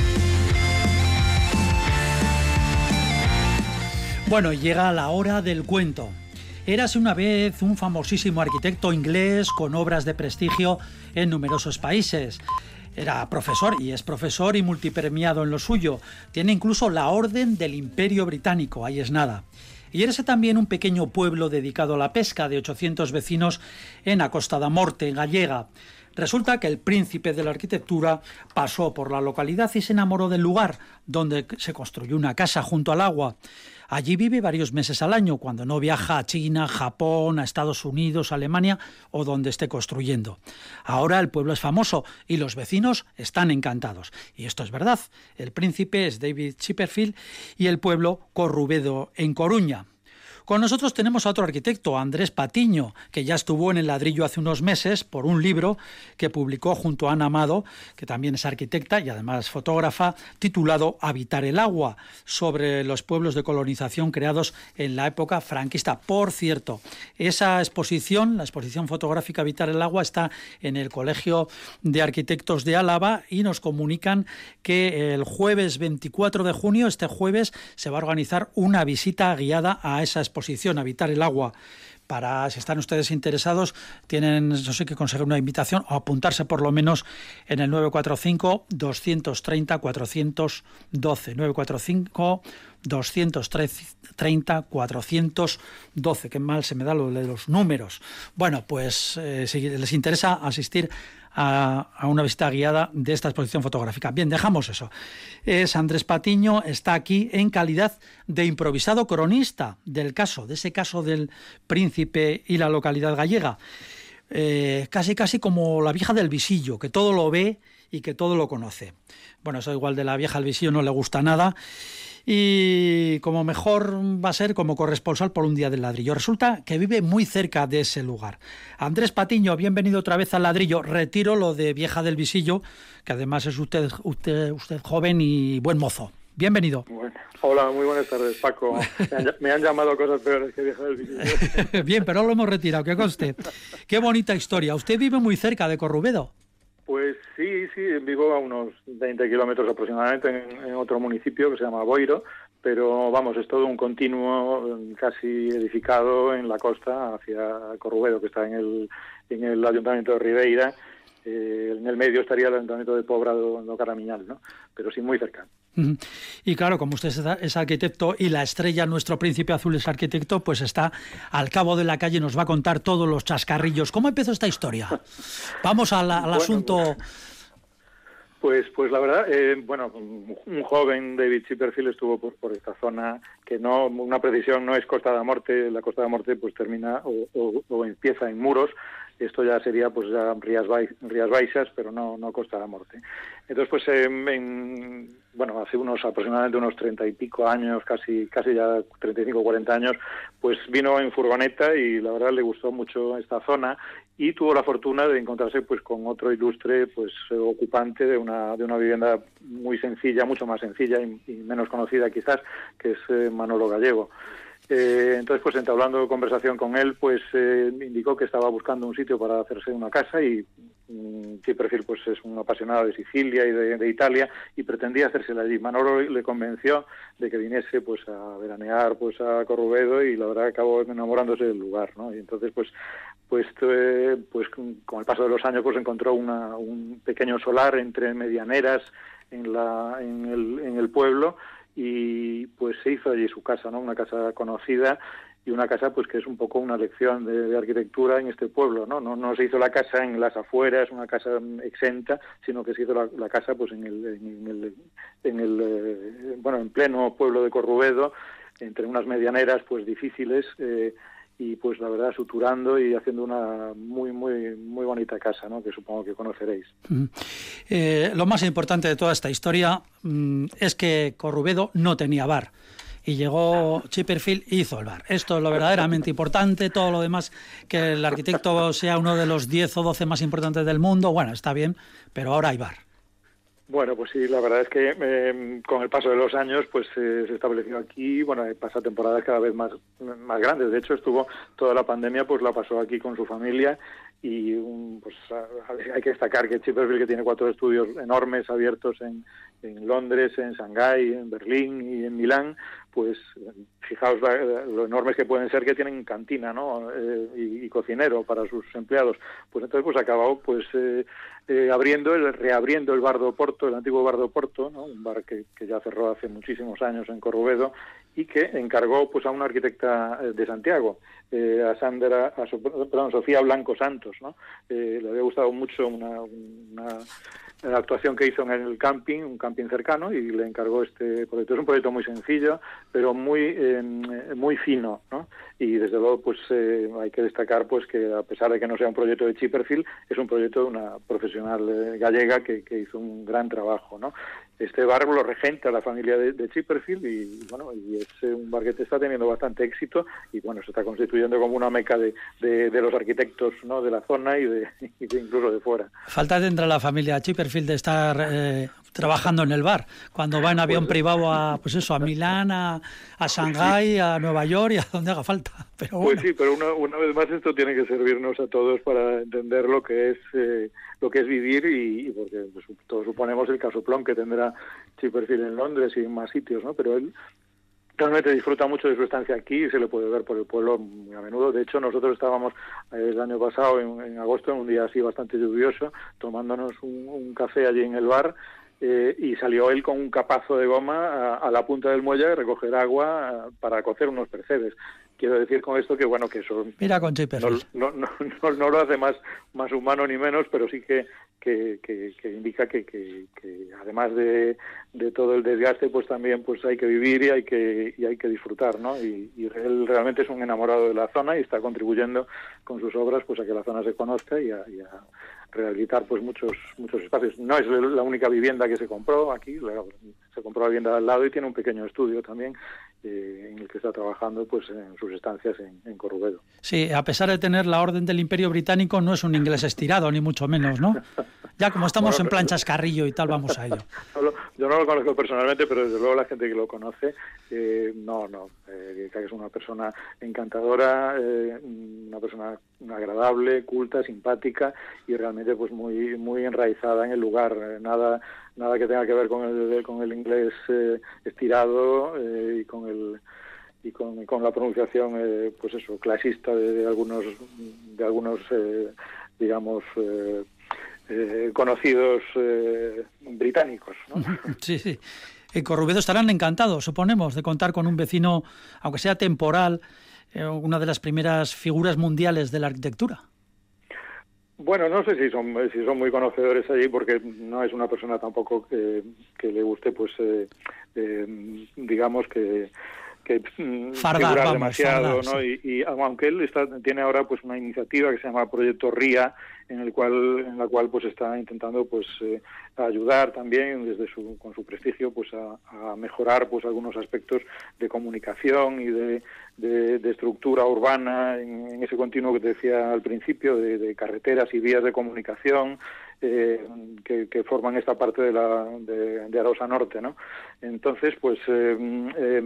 Bueno, llega la hora del cuento. Érase una vez un famosísimo arquitecto inglés con obras de prestigio en numerosos países. Era profesor y es profesor y multipremiado en lo suyo. Tiene incluso la Orden del Imperio Británico, ahí es nada. Y érase también un pequeño pueblo dedicado a la pesca de ochocientos vecinos en la Costa da Morte, gallega. Resulta que el príncipe de la arquitectura pasó por la localidad y se enamoró del lugar, donde se construyó una casa junto al agua. Allí vive varios meses al año, cuando no viaja a China, Japón, a Estados Unidos, Alemania o donde esté construyendo. Ahora el pueblo es famoso y los vecinos están encantados. Y esto es verdad. El príncipe es David Chipperfield y el pueblo Corrubedo, en Coruña. Con nosotros tenemos a otro arquitecto, Andrés Patiño, que ya estuvo en El Ladrillo hace unos meses por un libro que publicó junto a Ana Amado, que también es arquitecta y además fotógrafa, titulado Habitar el agua, sobre los pueblos de colonización creados en la época franquista. Por cierto, esa exposición, la exposición fotográfica Habitar el agua, está en el Colegio de Arquitectos de Álava y nos comunican que el jueves veinticuatro de junio, este jueves, se va a organizar una visita guiada a esa exposición. exposición Habitar el agua. Para, si están ustedes interesados, tienen, no sé, que conseguir una invitación o apuntarse por lo menos en el nueve cuatro cinco, dos tres cero, cuatro uno dos, nueve cuatro cinco, dos tres cero, cuatro uno dos. Qué mal se me da lo de los números. Bueno, pues eh, si les interesa asistir A, a una visita guiada de esta exposición fotográfica. Bien, dejamos eso. Es Andrés Patiño, está aquí en calidad de improvisado cronista del caso, de ese caso del príncipe y la localidad gallega. Eh, casi casi como la vieja del visillo, que todo lo ve y que todo lo conoce. Bueno, eso igual de la vieja del visillo no le gusta nada. Y como mejor va a ser como corresponsal por un día del Ladrillo. Resulta que vive muy cerca de ese lugar. Andrés Patiño, bienvenido otra vez al Ladrillo. Retiro lo de vieja del visillo, que además es usted, usted, usted joven y buen mozo. Bienvenido. Bueno, hola, muy buenas tardes, Paco. Me han, me han llamado cosas peores que vieja del visillo. Bien, pero lo hemos retirado, que conste. Qué bonita historia. Usted vive muy cerca de Corrubedo. Pues sí, sí, vivo a unos veinte kilómetros aproximadamente en, en otro municipio que se llama Boiro, pero vamos, es todo un continuo casi edificado en la costa hacia Corrubedo, que está en el, en el Ayuntamiento de Ribeira. Eh, en el medio estaría el Ayuntamiento de Pobrado do Caramiñal, ¿no? Pero sí muy cerca. Y claro, como usted es arquitecto y la estrella, nuestro príncipe azul es arquitecto, pues está al cabo de la calle y nos va a contar todos los chascarrillos. ¿Cómo empezó esta historia? Vamos al, al bueno, asunto... Pues, pues la verdad, eh, bueno, un joven, David Chipperfield, estuvo por, por esta zona que no, una precisión, no es Costa da Morte. La Costa da Morte pues termina o, o, o empieza en Muros. Esto ya sería pues ya Rías, Rías Baixas, pero no, no Costa da Morte. Entonces, pues eh, en, bueno, hace unos aproximadamente unos treinta y pico años, casi casi ya treinta y cinco, cuarenta años, pues vino en furgoneta y la verdad le gustó mucho esta zona y tuvo la fortuna de encontrarse pues con otro ilustre pues ocupante de una de una vivienda muy sencilla, mucho más sencilla y, y menos conocida quizás, que es eh, Manolo Gallego. Eh, entonces, pues entablando conversación con él, pues eh, indicó que estaba buscando un sitio para hacerse una casa y mm, Chipperfield pues es un apasionado de Sicilia y de, de Italia y pretendía hacérsela allí. Manolo le convenció de que viniese pues a veranear pues a Corrubedo y la verdad acabó enamorándose del lugar, ¿no? Y entonces pues pues eh, pues con el paso de los años pues encontró una, un pequeño solar entre medianeras en la en el en el pueblo y pues se hizo allí su casa, ¿no? Una casa conocida y una casa pues que es un poco una lección de, de arquitectura en este pueblo, ¿no? No no se hizo la casa en las afueras, una casa exenta, sino que se hizo la, la casa pues en el en el, en el eh, bueno, en pleno pueblo de Corrubedo, entre unas medianeras pues difíciles, eh, y pues la verdad suturando y haciendo una muy muy muy bonita casa, ¿no? Que supongo que conoceréis. Mm. Eh, lo más importante de toda esta historia mm, es que Corrubedo no tenía bar y llegó Chipperfield y hizo el bar. Esto es lo verdaderamente importante. Todo lo demás, que el arquitecto sea uno de los diez o doce más importantes del mundo, bueno, está bien, pero ahora hay bar. Bueno, pues sí, la verdad es que eh, con el paso de los años pues eh, se estableció aquí, bueno, pasa temporadas cada vez más, más grandes. De hecho, estuvo toda la pandemia, pues la pasó aquí con su familia y um, pues hay que destacar que Chipperfield, que tiene cuatro estudios enormes abiertos en, en Londres, en Shanghái, en Berlín y en Milán, pues fijaos la, lo enormes que pueden ser, que tienen cantina, ¿no? Eh, y, y cocinero para sus empleados. Pues entonces pues acabó pues eh, eh, abriendo, el, reabriendo el Bar do Porto, el antiguo Bar do Porto, ¿no? Un bar que, que ya cerró hace muchísimos años en Corrubedo y que encargó pues a una arquitecta de Santiago, eh, a Sandra, a, perdón, Sofía Blanco Santos, ¿no? Eh, le había gustado mucho una, una la actuación que hizo en el camping, un camping cercano, y le encargó este proyecto. Es un proyecto muy sencillo, pero muy eh, muy fino, ¿no? Y desde luego pues eh, hay que destacar pues que a pesar de que no sea un proyecto de Chipperfield, es un proyecto de una profesional eh, gallega que, que hizo un gran trabajo, ¿no? Este bar lo regenta la familia de, de Chipperfield y bueno, y es un bar que está teniendo bastante éxito y bueno, se está constituyendo como una meca de, de, de los arquitectos, ¿no? De la zona y de, y de incluso de fuera. Falta tendrá la familia Chipperfield de estar eh, trabajando en el bar, cuando va en avión pues, privado a pues eso, a Milán, a, a Shanghái, a Nueva York y a donde haga falta. Pero bueno. Pues sí, pero una, una vez más esto tiene que servirnos a todos para entender lo que es eh, lo que es vivir y, y porque pues, todos suponemos el casoplón que tendrá Chipperfield en Londres y en más sitios, ¿no? Pero él realmente disfruta mucho de su estancia aquí y se le puede ver por el pueblo muy a menudo. De hecho, nosotros estábamos eh, el año pasado, en, en agosto, en un día así bastante lluvioso, tomándonos un, un café allí en el bar, eh, y salió él con un capazo de goma a, a la punta del muelle a recoger agua a, para cocer unos percebes. Quiero decir con esto que, bueno, que eso Mira con Chipperfield. No, no, no, no, no lo hace más, más humano ni menos, pero sí que, que, que, que indica que, que, que además de, de todo el desgaste, pues también pues hay que vivir y hay que y hay que disfrutar, ¿no? Y, y él realmente es un enamorado de la zona y está contribuyendo con sus obras pues a que la zona se conozca y a, y a rehabilitar pues muchos muchos espacios. No es la única vivienda que se compró aquí, se compró la vivienda de al lado y tiene un pequeño estudio también eh, en el que está trabajando pues en sus estancias en, en Corrubedo. Sí, a pesar de tener la orden del Imperio Británico, no es un inglés estirado, ni mucho menos, ¿no? Ya como estamos bueno, en plan chascarrillo y tal, vamos a ello. Yo no lo conozco personalmente, pero desde luego la gente que lo conoce, eh, no, no, eh, que es una persona encantadora, eh, una persona agradable, culta, simpática y realmente pues muy muy enraizada en el lugar. Eh, nada nada que tenga que ver con el con el inglés eh, estirado eh, y con el y con, con la pronunciación eh, pues eso clasista de, de algunos de algunos eh, digamos eh, eh, conocidos eh, británicos, ¿no? Sí, sí. En Corrubedo estarán encantados, suponemos, de contar con un vecino, aunque sea temporal, eh, una de las primeras figuras mundiales de la arquitectura. Bueno, no sé si son si son muy conocedores allí, porque no es una persona tampoco que, que le guste, pues, eh, eh, digamos que que fardar, figurar vamos, demasiado, fardar, ¿no? sí. Y, y aunque él está tiene ahora pues una iniciativa que se llama Proyecto RIA, en el cual en la cual pues está intentando pues eh, ayudar también desde su con su prestigio pues a, a mejorar pues algunos aspectos de comunicación y de, de, de estructura urbana en, en ese continuo que te decía al principio de, de carreteras y vías de comunicación eh, que, que forman esta parte de la de, de Arosa Norte, ¿no? Entonces pues eh, eh,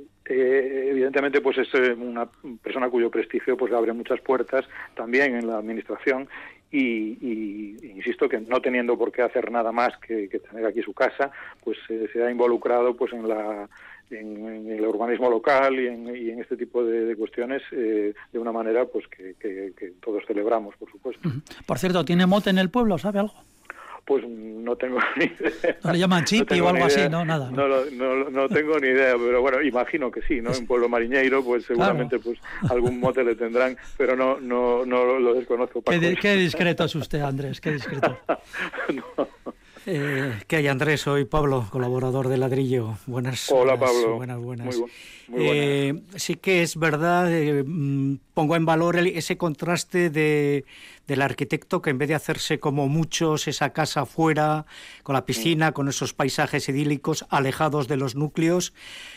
eh, evidentemente pues es una persona cuyo prestigio pues abre muchas puertas también en la administración. Y, y insisto que no teniendo por qué hacer nada más que, que tener aquí su casa, pues eh, se ha involucrado pues en la en, en el urbanismo local y en, y en este tipo de, de cuestiones eh, de una manera pues que, que, que todos celebramos, por supuesto. Por cierto, ¿tiene mote en el pueblo? ¿Sabe algo? Pues no tengo ni idea. ¿No le llaman chipi no o algo así? No, nada. No, no, no, no tengo ni idea, pero bueno, imagino que sí, ¿no? En Pueblo Mariñeiro, pues seguramente claro. pues algún mote le tendrán, pero no no no lo desconozco. Qué, di- qué discreto es usted, Andrés, qué discreto. no. Eh, ¿Qué hay, Andrés? Soy Pablo, colaborador de Ladrillo. Buenas. Hola, buenas, Pablo. Buenas, buenas. Muy, bu- muy buenas. Eh, sí que es verdad, eh, pongo en valor el, ese contraste de, del arquitecto que en vez de hacerse como muchos, esa casa afuera, con la piscina, con esos paisajes idílicos, alejados de los núcleos,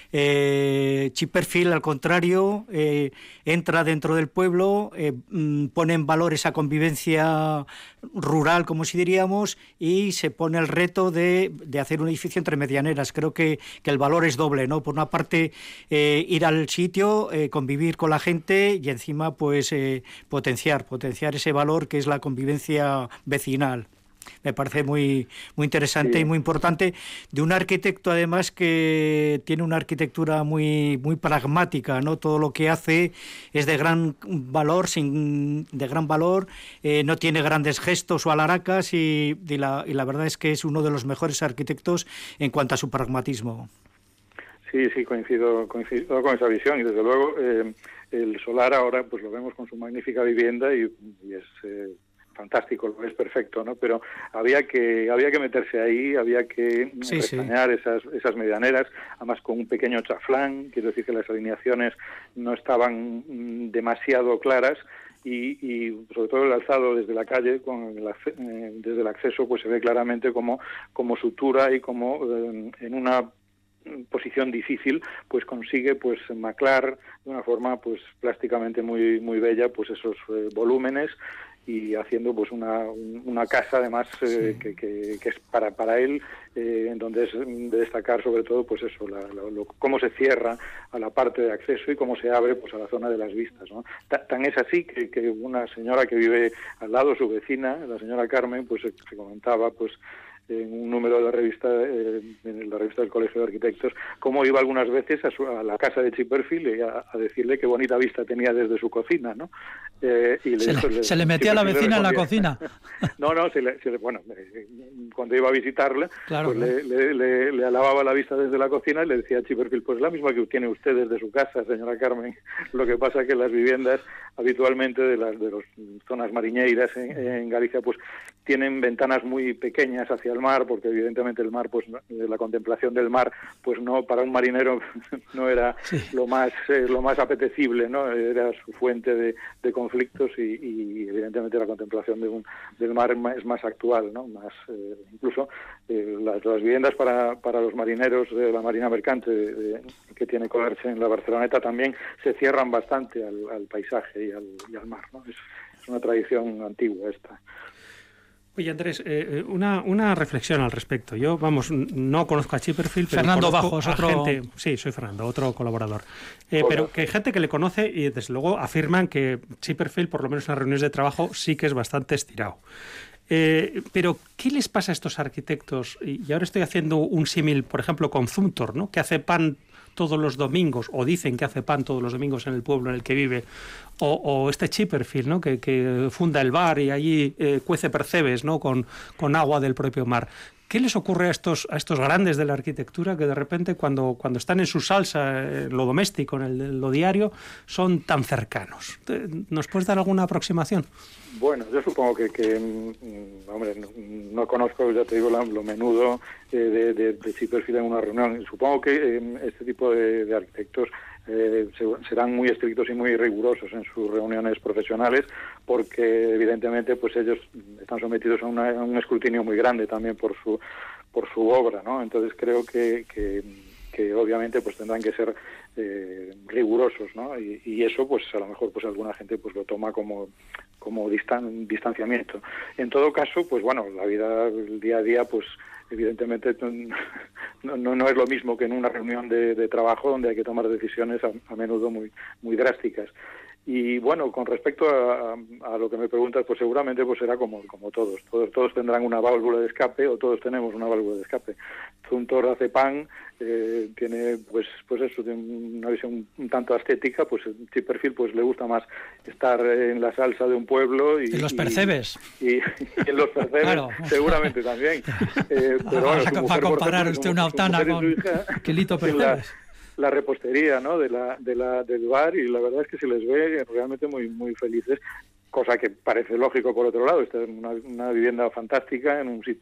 eh, Chipperfield, al contrario, eh, entra dentro del pueblo, eh, pone en valor esa convivencia rural, como si diríamos, y se pone el reto de, de hacer un edificio entre medianeras. Creo que, que el valor es doble, ¿no? Por una parte, eh, ir al sitio, eh, convivir con la gente y encima, pues, eh, potenciar, potenciar ese valor que es la convivencia vecinal. Me parece muy muy interesante sí. y muy importante, de un arquitecto además que tiene una arquitectura muy muy pragmática, ¿no? Todo lo que hace es de gran valor, sin de gran valor, eh, no tiene grandes gestos o alaracas y, y, la, y la verdad es que es uno de los mejores arquitectos en cuanto a su pragmatismo. Sí, sí, coincido, coincido con esa visión y desde luego eh, el solar ahora pues lo vemos con su magnífica vivienda y, y es... Eh, fantástico, lo es perfecto, ¿no? Pero había que había que meterse ahí, había que sí, restañar sí. esas esas medianeras, además con un pequeño chaflán, quiero decir que las alineaciones no estaban mm, demasiado claras y, y sobre todo el alzado desde la calle, con el, eh, desde el acceso, pues se ve claramente como, como sutura y como eh, en una posición difícil pues consigue pues maclar de una forma pues plásticamente muy muy bella pues esos eh, volúmenes y haciendo pues una una casa además eh, sí. que, que, que es para para él eh, en donde es de destacar sobre todo pues eso la, la, lo, cómo se cierra a la parte de acceso y cómo se abre pues a la zona de las vistas, ¿no? Tan es así que, que una señora que vive al lado, su vecina, la señora Carmen, pues se, se comentaba pues en un número de la revista, eh, en la revista del Colegio de Arquitectos, cómo iba algunas veces a, su, a la casa de Chipperfield a, a decirle qué bonita vista tenía desde su cocina, ¿no? Eh, y le se, dijo, le, le, se le metía a la vecina en la cocina. No, no, se le, se le, bueno, eh, cuando iba a visitarle, claro, pues claro. Le, le, le, le alababa la vista desde la cocina y le decía a Chipperfield, pues la misma que tiene usted desde su casa, señora Carmen. Lo que pasa que las viviendas habitualmente de las de las zonas mariñeiras en, en Galicia, pues tienen ventanas muy pequeñas hacia el mar, porque evidentemente el mar, pues la contemplación del mar, pues no, para un marinero no era sí. lo más eh, lo más apetecible, ¿no? Era su fuente de, de conflictos y, y evidentemente la contemplación de un, del mar es más actual, ¿no? Más eh, incluso eh, las, las viviendas para, para los marineros de la Marina Mercante de, de, que tiene Comerche en la Barceloneta también se cierran bastante al, al paisaje y al, y al mar, ¿no? Es, es una tradición antigua esta. Oye, Andrés, eh, una, una reflexión al respecto. Yo, vamos, no conozco a Chipperfield, pero Fernando conozco Bajos, a otro... gente... Sí, soy Fernando, otro colaborador. Eh, pero que hay gente que le conoce y, desde luego, afirman que Chipperfield, por lo menos en las reuniones de trabajo, sí que es bastante estirado. Eh, pero, ¿qué les pasa a estos arquitectos? Y ahora estoy haciendo un símil, por ejemplo, con Zumthor, ¿no? Que hace pan todos los domingos, o dicen que hace pan todos los domingos en el pueblo en el que vive, o, o este Chipperfield, ¿no? que, que funda el bar y allí eh, cuece percebes, ¿no? con, con agua del propio mar. ¿Qué les ocurre a estos, a estos grandes de la arquitectura que de repente cuando, cuando están en su salsa, en lo doméstico, en, el, en lo diario, son tan cercanos? ¿Nos puedes dar alguna aproximación? Bueno, yo supongo que, que hombre, no, no conozco, ya te digo, lo, lo menudo eh, de, de, de Chipperfield en una reunión. Supongo que eh, este tipo de, de arquitectos eh, se, serán muy estrictos y muy rigurosos en sus reuniones profesionales, porque evidentemente pues ellos están sometidos a, una, a un escrutinio muy grande también por su por su obra, ¿no? Entonces creo que, que, que obviamente pues tendrán que ser eh, rigurosos, ¿no? Y, y eso pues a lo mejor pues alguna gente pues lo toma como como distan, distanciamiento. En todo caso, pues bueno, la vida, el día a día, pues evidentemente no, no, no es lo mismo que en una reunión de, de trabajo donde hay que tomar decisiones a, a menudo muy muy drásticas. Y bueno, con respecto a, a, a lo que me preguntas, pues seguramente pues será como, como todos. todos. Todos tendrán una válvula de escape o todos tenemos una válvula de escape. Zumthor hace pan, eh, tiene pues pues eso, tiene una visión un tanto estética, pues Chipperfield pues le gusta más estar en la salsa de un pueblo. Y, ¿En los percebes? Y, y, y en los percebes, claro. Seguramente también. Eh, pero ah, bueno, va a comparar usted una autana con Quilito Percebes. La repostería, ¿no? de la de la del bar, y la verdad es que se les ve realmente muy muy felices, cosa que parece lógico por otro lado. Esta es una, una vivienda fantástica en un sitio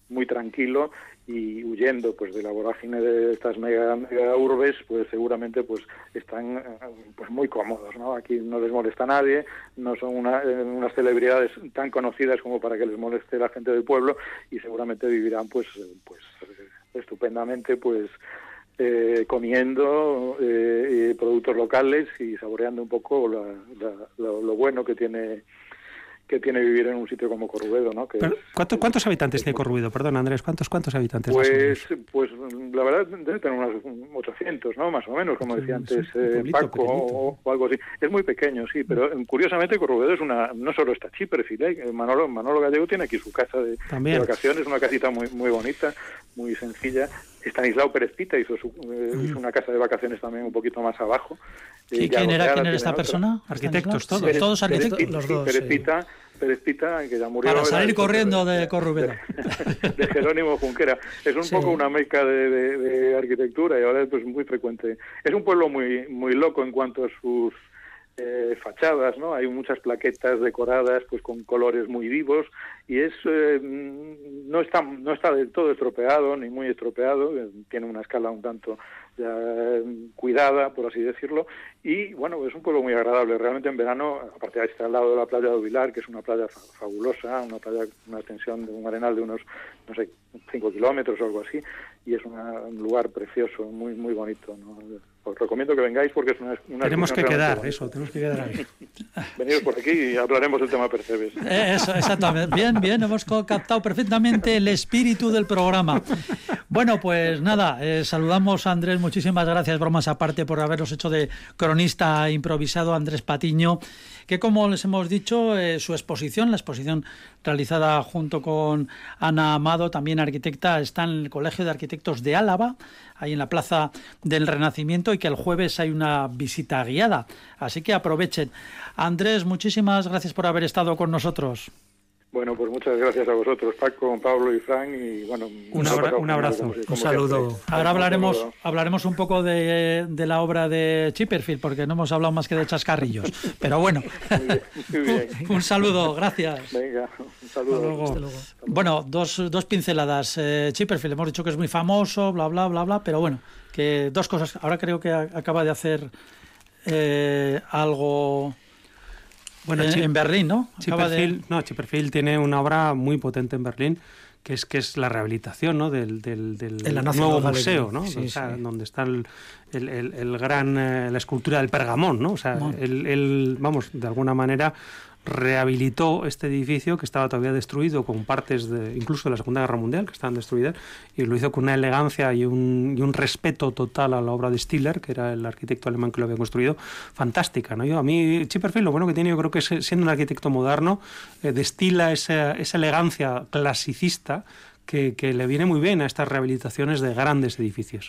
muy tranquilo y huyendo pues de la vorágine de estas mega, mega urbes, pues seguramente pues están pues muy cómodos, ¿no? Aquí no les molesta a nadie, no son una, unas celebridades tan conocidas como para que les moleste la gente del pueblo, y seguramente vivirán pues pues estupendamente pues eh, comiendo eh, productos locales y saboreando un poco la, la, lo, lo bueno que tiene que tiene vivir en un sitio como Corrubedo, ¿no? Que Pero, es, ¿cuántos, ¿Cuántos es, habitantes es, tiene Corrubedo? Perdón, Andrés, ¿cuántos cuántos habitantes? Pues, pues la verdad debe tener unos ochocientos, ¿no? Más o menos, como decía antes eh, Paco, o, o algo así. Es muy pequeño, sí, pero curiosamente Corrubedo es una, no solo está Chipperfield, ¿eh? Manolo, Manolo Gallego tiene aquí su casa de, de vacaciones, una casita muy muy bonita, muy sencilla. Estanislao Pérez Pita hizo, su, eh, mm. hizo una casa de vacaciones también un poquito más abajo. ¿Y quién era, ¿quién era esta persona? Arquitectos, todos. Pérez, todos arquitectos. Pérez, los dos. Pérez Sí. Pita, Pérez Pita, que ya murió. Para salir era, corriendo de, de Corrubedo. De, de Jerónimo Junquera. Es un sí. poco una meca de, de, de arquitectura y ahora es pues, muy frecuente. Es un pueblo muy, muy loco en cuanto a sus Eh, fachadas, ¿no? Hay muchas plaquetas decoradas pues con colores muy vivos y es eh, no está no está del todo estropeado ni muy estropeado, eh, tiene una escala un tanto ya cuidada, por así decirlo, y bueno, es un pueblo muy agradable. Realmente en verano, aparte de estar al lado de la playa de Ovilar, que es una playa fabulosa, una playa, una extensión de un arenal de unos, no sé, cinco kilómetros o algo así, y es una, un lugar precioso, muy muy bonito, ¿no? Os recomiendo que vengáis porque es una... una tenemos que quedar, bonita. Eso, tenemos que quedar ahí. Venidos por aquí y hablaremos del tema Percebes. Eh, eso, exactamente. Bien, bien, hemos captado perfectamente el espíritu del programa. Bueno, pues nada, eh, saludamos a Andrés, muchísimas gracias, bromas aparte, por habernos hecho de cronista improvisado, Andrés Patiño, que como les hemos dicho, eh, su exposición, la exposición realizada junto con Ana Amado, también arquitecta, está en el Colegio de Arquitectos de Álava, ahí en la Plaza del Renacimiento, y que el jueves hay una visita guiada, así que aprovechen. Andrés, muchísimas gracias por haber estado con nosotros. Bueno, pues muchas gracias a vosotros, Paco, Pablo y Fran, y bueno, un, abra un abrazo, como, como un saludo. Siempre. Ahora hablaremos un hablaremos un poco de, de la obra de Chipperfield, porque no hemos hablado más que de chascarrillos, pero bueno. Muy bien, muy bien. Un, un saludo, gracias. Venga, un saludo. Hasta luego. Hasta luego. Bueno, dos, dos pinceladas. Eh, Chipperfield, hemos dicho que es muy famoso, bla, bla, bla, bla, pero bueno, que dos cosas. Ahora creo que acaba de hacer eh, algo... Bueno, en, en Berlín, ¿no? Chipperfield, de... no, Chipperfield tiene una obra muy potente en Berlín, que es que es la rehabilitación, ¿no? del, del, del nuevo museo, ¿no? Sí, o sea, sí. Donde está el, el, el, el gran eh, la escultura del Pergamón, ¿no? O sea, bueno. el, el, vamos, de alguna manera rehabilitó este edificio que estaba todavía destruido con partes de, incluso de la Segunda Guerra Mundial, que estaban destruidas, y lo hizo con una elegancia y un, y un respeto total a la obra de Stiller, que era el arquitecto alemán que lo había construido, fantástica, ¿no? Yo, a mí Chipperfield lo bueno que tiene, yo creo que es, siendo un arquitecto moderno, eh, destila esa, esa elegancia clasicista que, que le viene muy bien a estas rehabilitaciones de grandes edificios.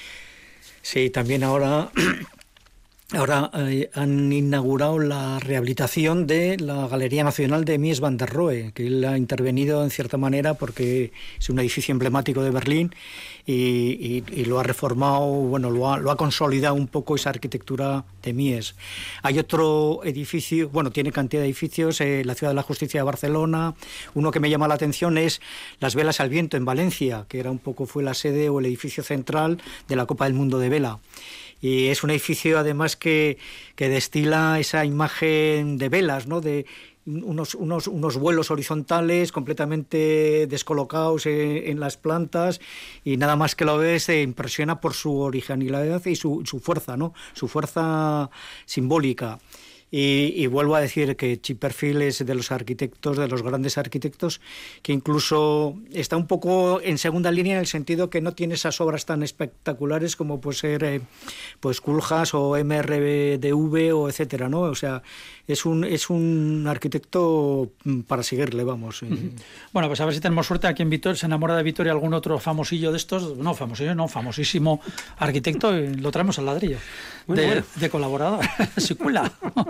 Sí, también ahora... Ahora eh, han inaugurado la rehabilitación de la Galería Nacional de Mies van der Rohe, que él ha intervenido en cierta manera porque es un edificio emblemático de Berlín y, y, y lo ha reformado, bueno, lo ha, lo ha consolidado un poco esa arquitectura de Mies. Hay otro edificio, bueno, tiene cantidad de edificios, eh, la Ciudad de la Justicia de Barcelona. Uno que me llama la atención es Las Velas al Viento en Valencia, que era un poco fue la sede o el edificio central de la Copa del Mundo de Vela. Y es un edificio además que, que destila esa imagen de velas, ¿no? De unos, unos, unos vuelos horizontales completamente descolocados en, en las plantas, y nada más que lo ves te impresiona por su originalidad y su, su fuerza, ¿no? Su fuerza simbólica. Y, y vuelvo a decir que Chipperfield es de los arquitectos, de los grandes arquitectos, que incluso está un poco en segunda línea en el sentido que no tiene esas obras tan espectaculares como puede ser eh, pues Koolhaas o M R D V o etcétera, ¿no? O sea, es un es un arquitecto para seguirle, vamos. Uh-huh. Bueno, pues a ver si tenemos suerte aquí en Vitoria, se enamora de Vitoria algún otro famosillo de estos, no famosillo, no, famosísimo arquitecto, y lo traemos al ladrillo. Bueno, de, bueno. de colaborador, se cuela.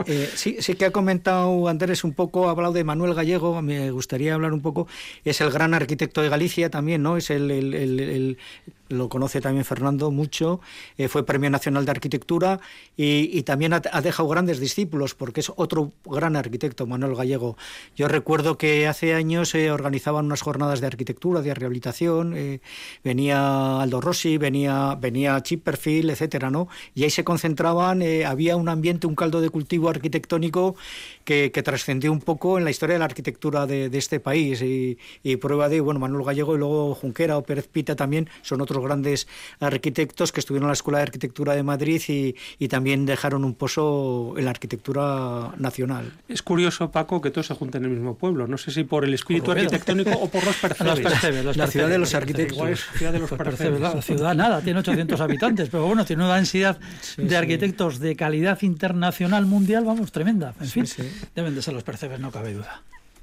Eh, sí, sí que ha comentado Andrés un poco, ha hablado de Manuel Gallego, me gustaría hablar un poco, es el gran arquitecto de Galicia también, ¿no? Es el, el, el, el lo conoce también Fernando mucho, eh, fue Premio Nacional de Arquitectura y, y también ha, ha dejado grandes discípulos porque es otro gran arquitecto, Manuel Gallego. Yo recuerdo que hace años se eh, organizaban unas jornadas de arquitectura, de rehabilitación, eh, venía Aldo Rossi, venía, venía Chipperfield, etcétera, ¿no? Y ahí se concentraban, eh, había un ambiente, un caldo de cultivo arquitectónico que, que trascendió un poco en la historia de la arquitectura de, de este país y, y prueba de, bueno, Manuel Gallego y luego Junquera o Pérez Pita también son otros grandes arquitectos que estuvieron en la Escuela de Arquitectura de Madrid y, y también dejaron un pozo en la arquitectura nacional. Es curioso, Paco, que todos se junten en el mismo pueblo. No sé si por el espíritu arquitectónico o por los percebes. Los percebes, los la percebes. ciudad de los arquitectos. Igual es ciudad de los Pues percebes. la ciudad nada, tiene ochocientos habitantes, pero bueno, tiene una densidad sí, de sí. arquitectos de calidad internacional, mundial, vamos, tremenda. En Sí, fin, sí. deben de ser los percebes, no cabe duda.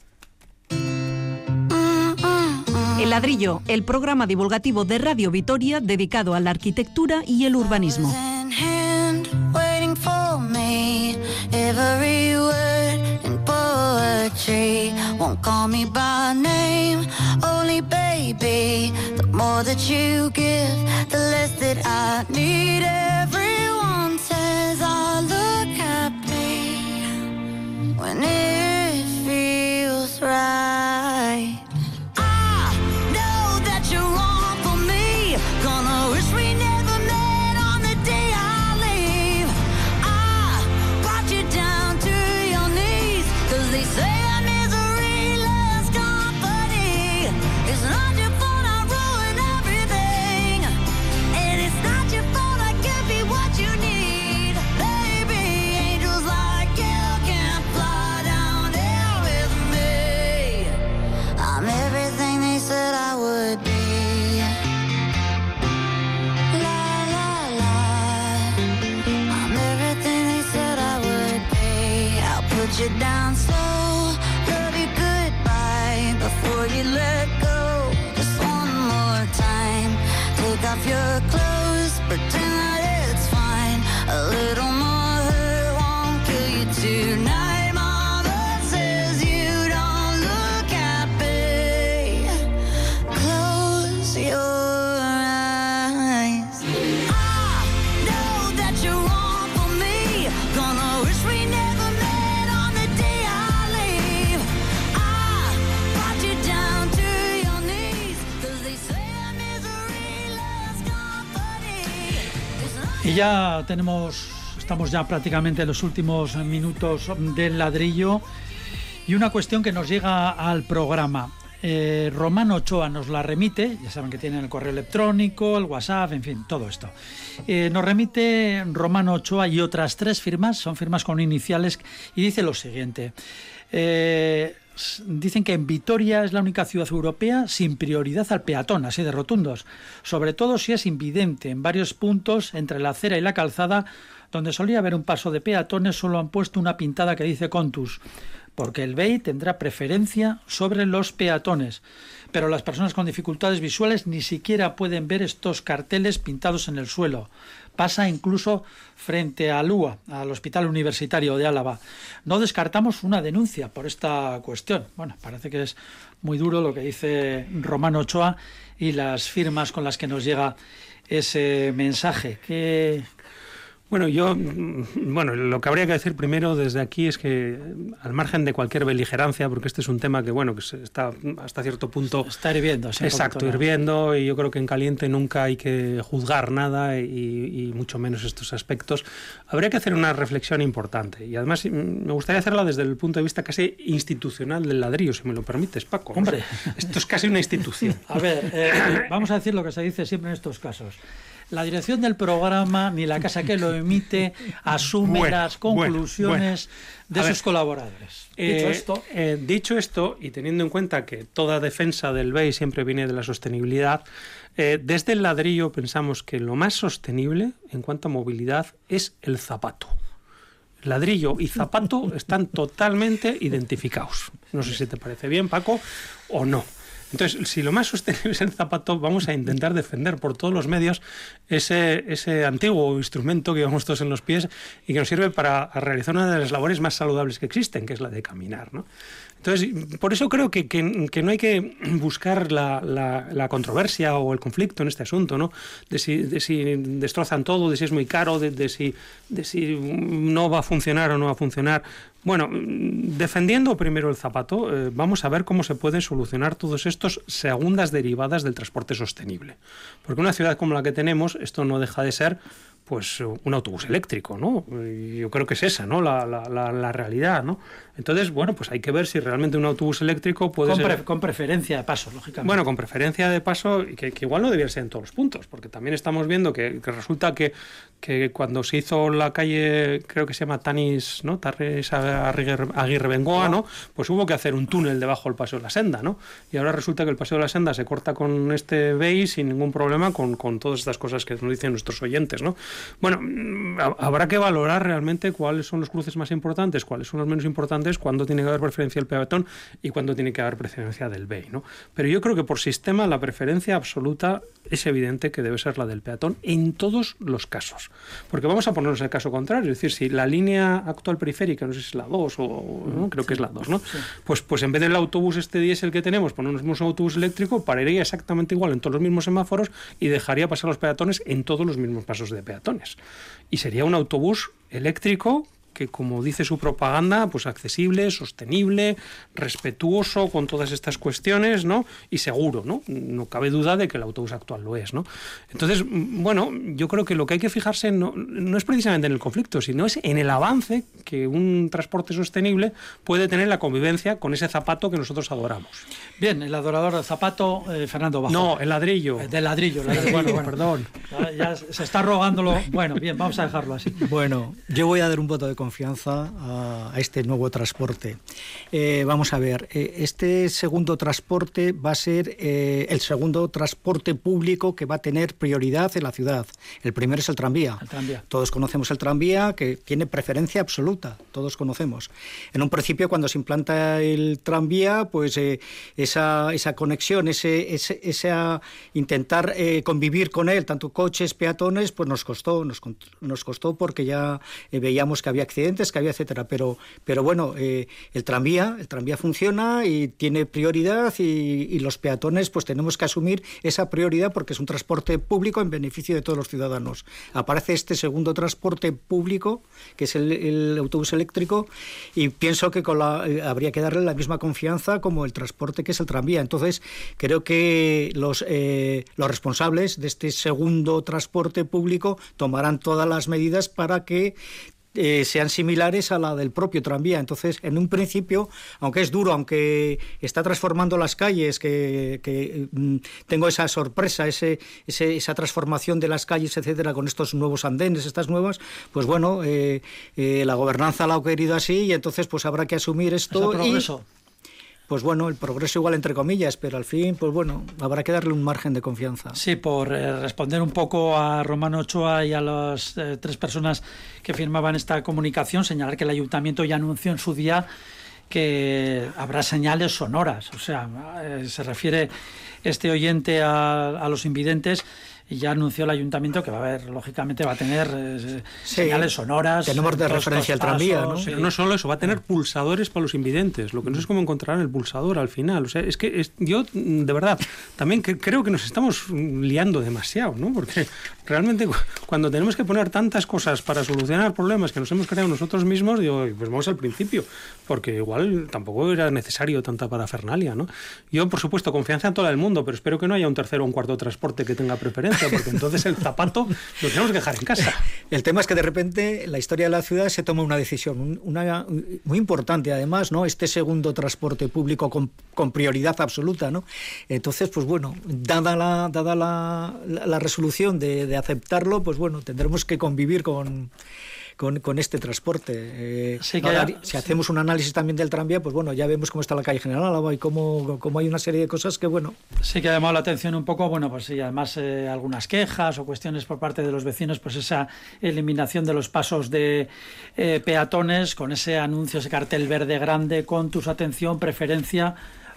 El Ladrillo, el programa divulgativo de Radio Vitoria dedicado a la arquitectura y el urbanismo. You down slow, love you goodbye before you let go. Just one more time, take off your clothes, pretend that it's fine. A little more hurt won't kill you tonight. Mama says you don't look happy. Close your eyes. I know that you're wrong for me. Gonna wish we never. Y ya tenemos, estamos ya prácticamente en los últimos minutos del Ladrillo y una cuestión que nos llega al programa. Eh, Román Ochoa nos la remite, ya saben que tienen el correo electrónico, el WhatsApp, en fin, todo esto. Eh, nos remite Román Ochoa y otras tres firmas, son firmas con iniciales, y dice lo siguiente. Eh, Dicen que en Vitoria es la única ciudad europea sin prioridad al peatón, así de rotundos, sobre todo si es invidente. En varios puntos entre la acera y la calzada, donde solía haber un paso de peatones, solo han puesto una pintada que dice Contus, porque el B E I tendrá preferencia sobre los peatones. Pero las personas con dificultades visuales ni siquiera pueden ver estos carteles pintados en el suelo. Pasa incluso frente al U A, al Hospital Universitario de Álava. No descartamos una denuncia por esta cuestión. Bueno, parece que es muy duro lo que dice Román Ochoa y las firmas con las que nos llega ese mensaje. ¿Qué, Bueno, yo, bueno, lo que habría que decir primero desde aquí es que, al margen de cualquier beligerancia, porque este es un tema que, bueno, que se está hasta cierto punto... Está hirviendo. Sí, exacto, hirviendo, y yo creo que en caliente nunca hay que juzgar nada, y, y mucho menos estos aspectos. Habría que hacer una reflexión importante, y además me gustaría hacerla desde el punto de vista casi institucional del ladrillo, si me lo permites, Paco. Hombre. Esto es casi una institución. A ver, eh, vamos a decir lo que se dice siempre en estos casos. La dirección del programa ni la casa que lo emite asume bueno, las conclusiones bueno, bueno. de sus ver, colaboradores. Eh, dicho esto, eh, dicho esto, y teniendo en cuenta que toda defensa del B E I siempre viene de la sostenibilidad, eh, desde el ladrillo pensamos que lo más sostenible en cuanto a movilidad es el zapato. Ladrillo y zapato están totalmente identificados. No sé si te parece bien, Paco, o no. Entonces, si lo más sostenible es el zapato, vamos a intentar defender por todos los medios ese, ese antiguo instrumento que llevamos todos en los pies y que nos sirve para realizar una de las labores más saludables que existen, que es la de caminar, ¿no? Entonces, por eso creo que, que, que no hay que buscar la, la, la controversia o el conflicto en este asunto, ¿no? De si, de si destrozan todo, de si es muy caro, de, de, si, de si no va a funcionar o no va a funcionar. Bueno, defendiendo primero el zapato, eh, vamos a ver cómo se pueden solucionar todos estos segundas derivadas del transporte sostenible. Porque una ciudad como la que tenemos, esto no deja de ser pues un autobús eléctrico, ¿no? Yo creo que es esa, ¿no? La, la, la, la realidad, ¿no? Entonces, bueno, pues hay que ver si realmente un autobús eléctrico puede con ser... Pre, con preferencia de paso, lógicamente. Bueno, con preferencia de paso, que, que igual no debería ser en todos los puntos, porque también estamos viendo que, que resulta que, que cuando se hizo la calle, creo que se llama Tanis, ¿no? Tarres Aguirre, Aguirre Bengoa, ¿no? Pues hubo que hacer un túnel debajo del Paseo de la Senda, ¿no? Y ahora resulta que el Paseo de la Senda se corta con este B E I sin ningún problema, con, con todas estas cosas que nos dicen nuestros oyentes, ¿no? Bueno, habrá que valorar realmente cuáles son los cruces más importantes, cuáles son los menos importantes, cuándo tiene que haber preferencia del peatón y cuándo tiene que haber preferencia del B E I, ¿no? Pero yo creo que por sistema la preferencia absoluta es evidente que debe ser la del peatón en todos los casos. Porque vamos a ponernos el caso contrario, es decir, si la línea actual periférica, no sé si es la dos o ¿no? creo sí, que es la dos, ¿no? Sí. Pues, pues en vez del autobús este diésel que tenemos, ponemos un autobús eléctrico, pararía exactamente igual en todos los mismos semáforos y dejaría pasar los peatones en todos los mismos pasos de peatones. Y sería un autobús eléctrico que, como dice su propaganda, pues accesible, sostenible, respetuoso con todas estas cuestiones, ¿no? Y seguro, ¿no? No cabe duda de que el autobús actual lo es, ¿no? Entonces, bueno, yo creo que lo que hay que fijarse no, no es precisamente en el conflicto, sino es en el avance que un transporte sostenible puede tener en la convivencia con ese zapato que nosotros adoramos. Bien, el adorador del zapato, eh, Fernando Bajo. No, el ladrillo. Eh, del ladrillo, el ladrillo. Bueno, bueno, perdón. Ya, ya se está rogándolo. Bueno, bien, vamos a dejarlo así. Bueno, yo voy a dar un voto de confianza a, a este nuevo transporte. Eh, vamos a ver, eh, este segundo transporte va a ser eh, el segundo transporte público que va a tener prioridad en la ciudad. El primero es el tranvía. El tranvía. Todos conocemos el tranvía, que tiene preferencia absoluta, todos conocemos. En un principio, cuando se implanta el tranvía, pues eh, esa, esa conexión, ese, ese, esa intentar eh, convivir con él, tanto coches, peatones, pues nos costó, nos, nos costó porque ya eh, veíamos que había accidentes, que había etcétera, pero, pero bueno, eh, el tranvía, el tranvía funciona y tiene prioridad y, y los peatones pues tenemos que asumir esa prioridad porque es un transporte público en beneficio de todos los ciudadanos. Aparece este segundo transporte público, que es el, el autobús eléctrico, y pienso que con la, eh, habría que darle la misma confianza como el transporte que es el tranvía. Entonces, creo que los, eh, los responsables de este segundo transporte público tomarán todas las medidas para que Eh, sean similares a la del propio tranvía. Entonces, en un principio, aunque es duro, aunque está transformando las calles, que, que mm, tengo esa sorpresa, ese, ese, esa transformación de las calles, etcétera, con estos nuevos andenes, estas nuevas, pues bueno, eh, eh, la gobernanza la ha querido así y entonces pues habrá que asumir esto. ¿Es el progreso? Y, pues bueno, el progreso igual entre comillas, pero al fin, pues bueno, habrá que darle un margen de confianza. Sí, por eh, responder un poco a Romano Ochoa y a las eh, tres personas que firmaban esta comunicación, señalar que el Ayuntamiento ya anunció en su día que habrá señales sonoras, o sea, eh, se refiere este oyente a, a los invidentes. Y ya anunció el Ayuntamiento que va a haber, lógicamente, va a tener eh, sí, señales sonoras. Tenemos de referencia el tranvía, ¿no? Pero no solo eso, va a tener pulsadores para los invidentes. Lo que no sé es cómo encontrarán el pulsador al final. O sea, es que es, yo, de verdad, también que, creo que nos estamos liando demasiado, ¿no? Porque realmente cuando tenemos que poner tantas cosas para solucionar problemas que nos hemos creado nosotros mismos, digo, pues vamos al principio, porque igual tampoco era necesario tanta parafernalia, ¿no? Yo, por supuesto, confianza en todo el mundo, pero espero que no haya un tercero o un cuarto transporte que tenga preferencia, porque entonces el zapato lo tenemos que dejar en casa. El tema es que de repente en la historia de la ciudad se toma una decisión, una muy importante además, ¿no? Este segundo transporte público con, con prioridad absoluta, ¿no? Entonces, pues bueno, dada la, dada la, la, la resolución de, de aceptarlo, pues bueno, tendremos que convivir con... Con, con este transporte. Eh, sí, que ahora, haya, si hacemos un análisis también del tranvía, pues bueno, ya vemos cómo está la calle General Álava y cómo, cómo hay una serie de cosas que, bueno... Sí que ha llamado la atención un poco, bueno, pues sí, además eh, algunas quejas o cuestiones por parte de los vecinos, pues esa eliminación de los pasos de eh, peatones, con ese anuncio, ese cartel verde grande, con tus atención, preferencia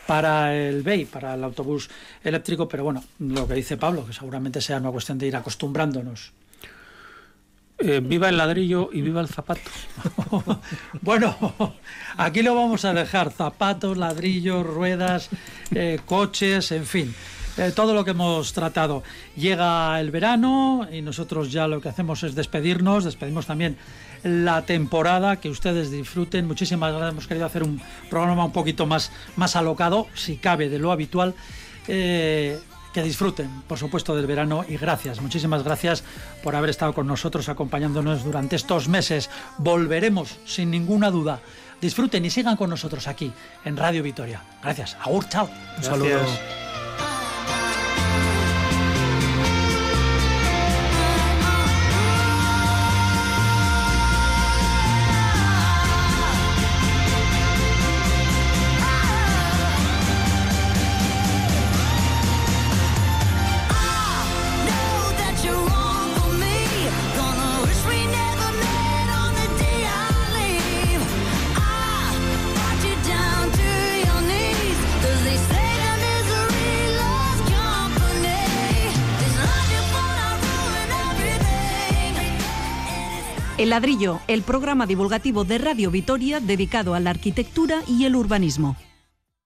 para el B E I, para el autobús eléctrico, pero bueno, lo que dice Pablo, que seguramente sea una cuestión de ir acostumbrándonos. Eh, viva el ladrillo y viva el zapato. Bueno, aquí lo vamos a dejar, zapatos, ladrillos, ruedas, eh, coches, en fin. Eh, todo lo que hemos tratado. Llega el verano y nosotros ya lo que hacemos es despedirnos, despedimos también la temporada, que ustedes disfruten. Muchísimas gracias, hemos querido hacer un programa un poquito más, más alocado, si cabe, de lo habitual. Eh, que disfruten, por supuesto, del verano y gracias, muchísimas gracias por haber estado con nosotros, acompañándonos durante estos meses. Volveremos, sin ninguna duda. Disfruten y sigan con nosotros aquí, en Radio Vitoria. Gracias. Agur, chao. Un saludo. El Ladrillo, el programa divulgativo de Radio Vitoria dedicado a la arquitectura y el urbanismo.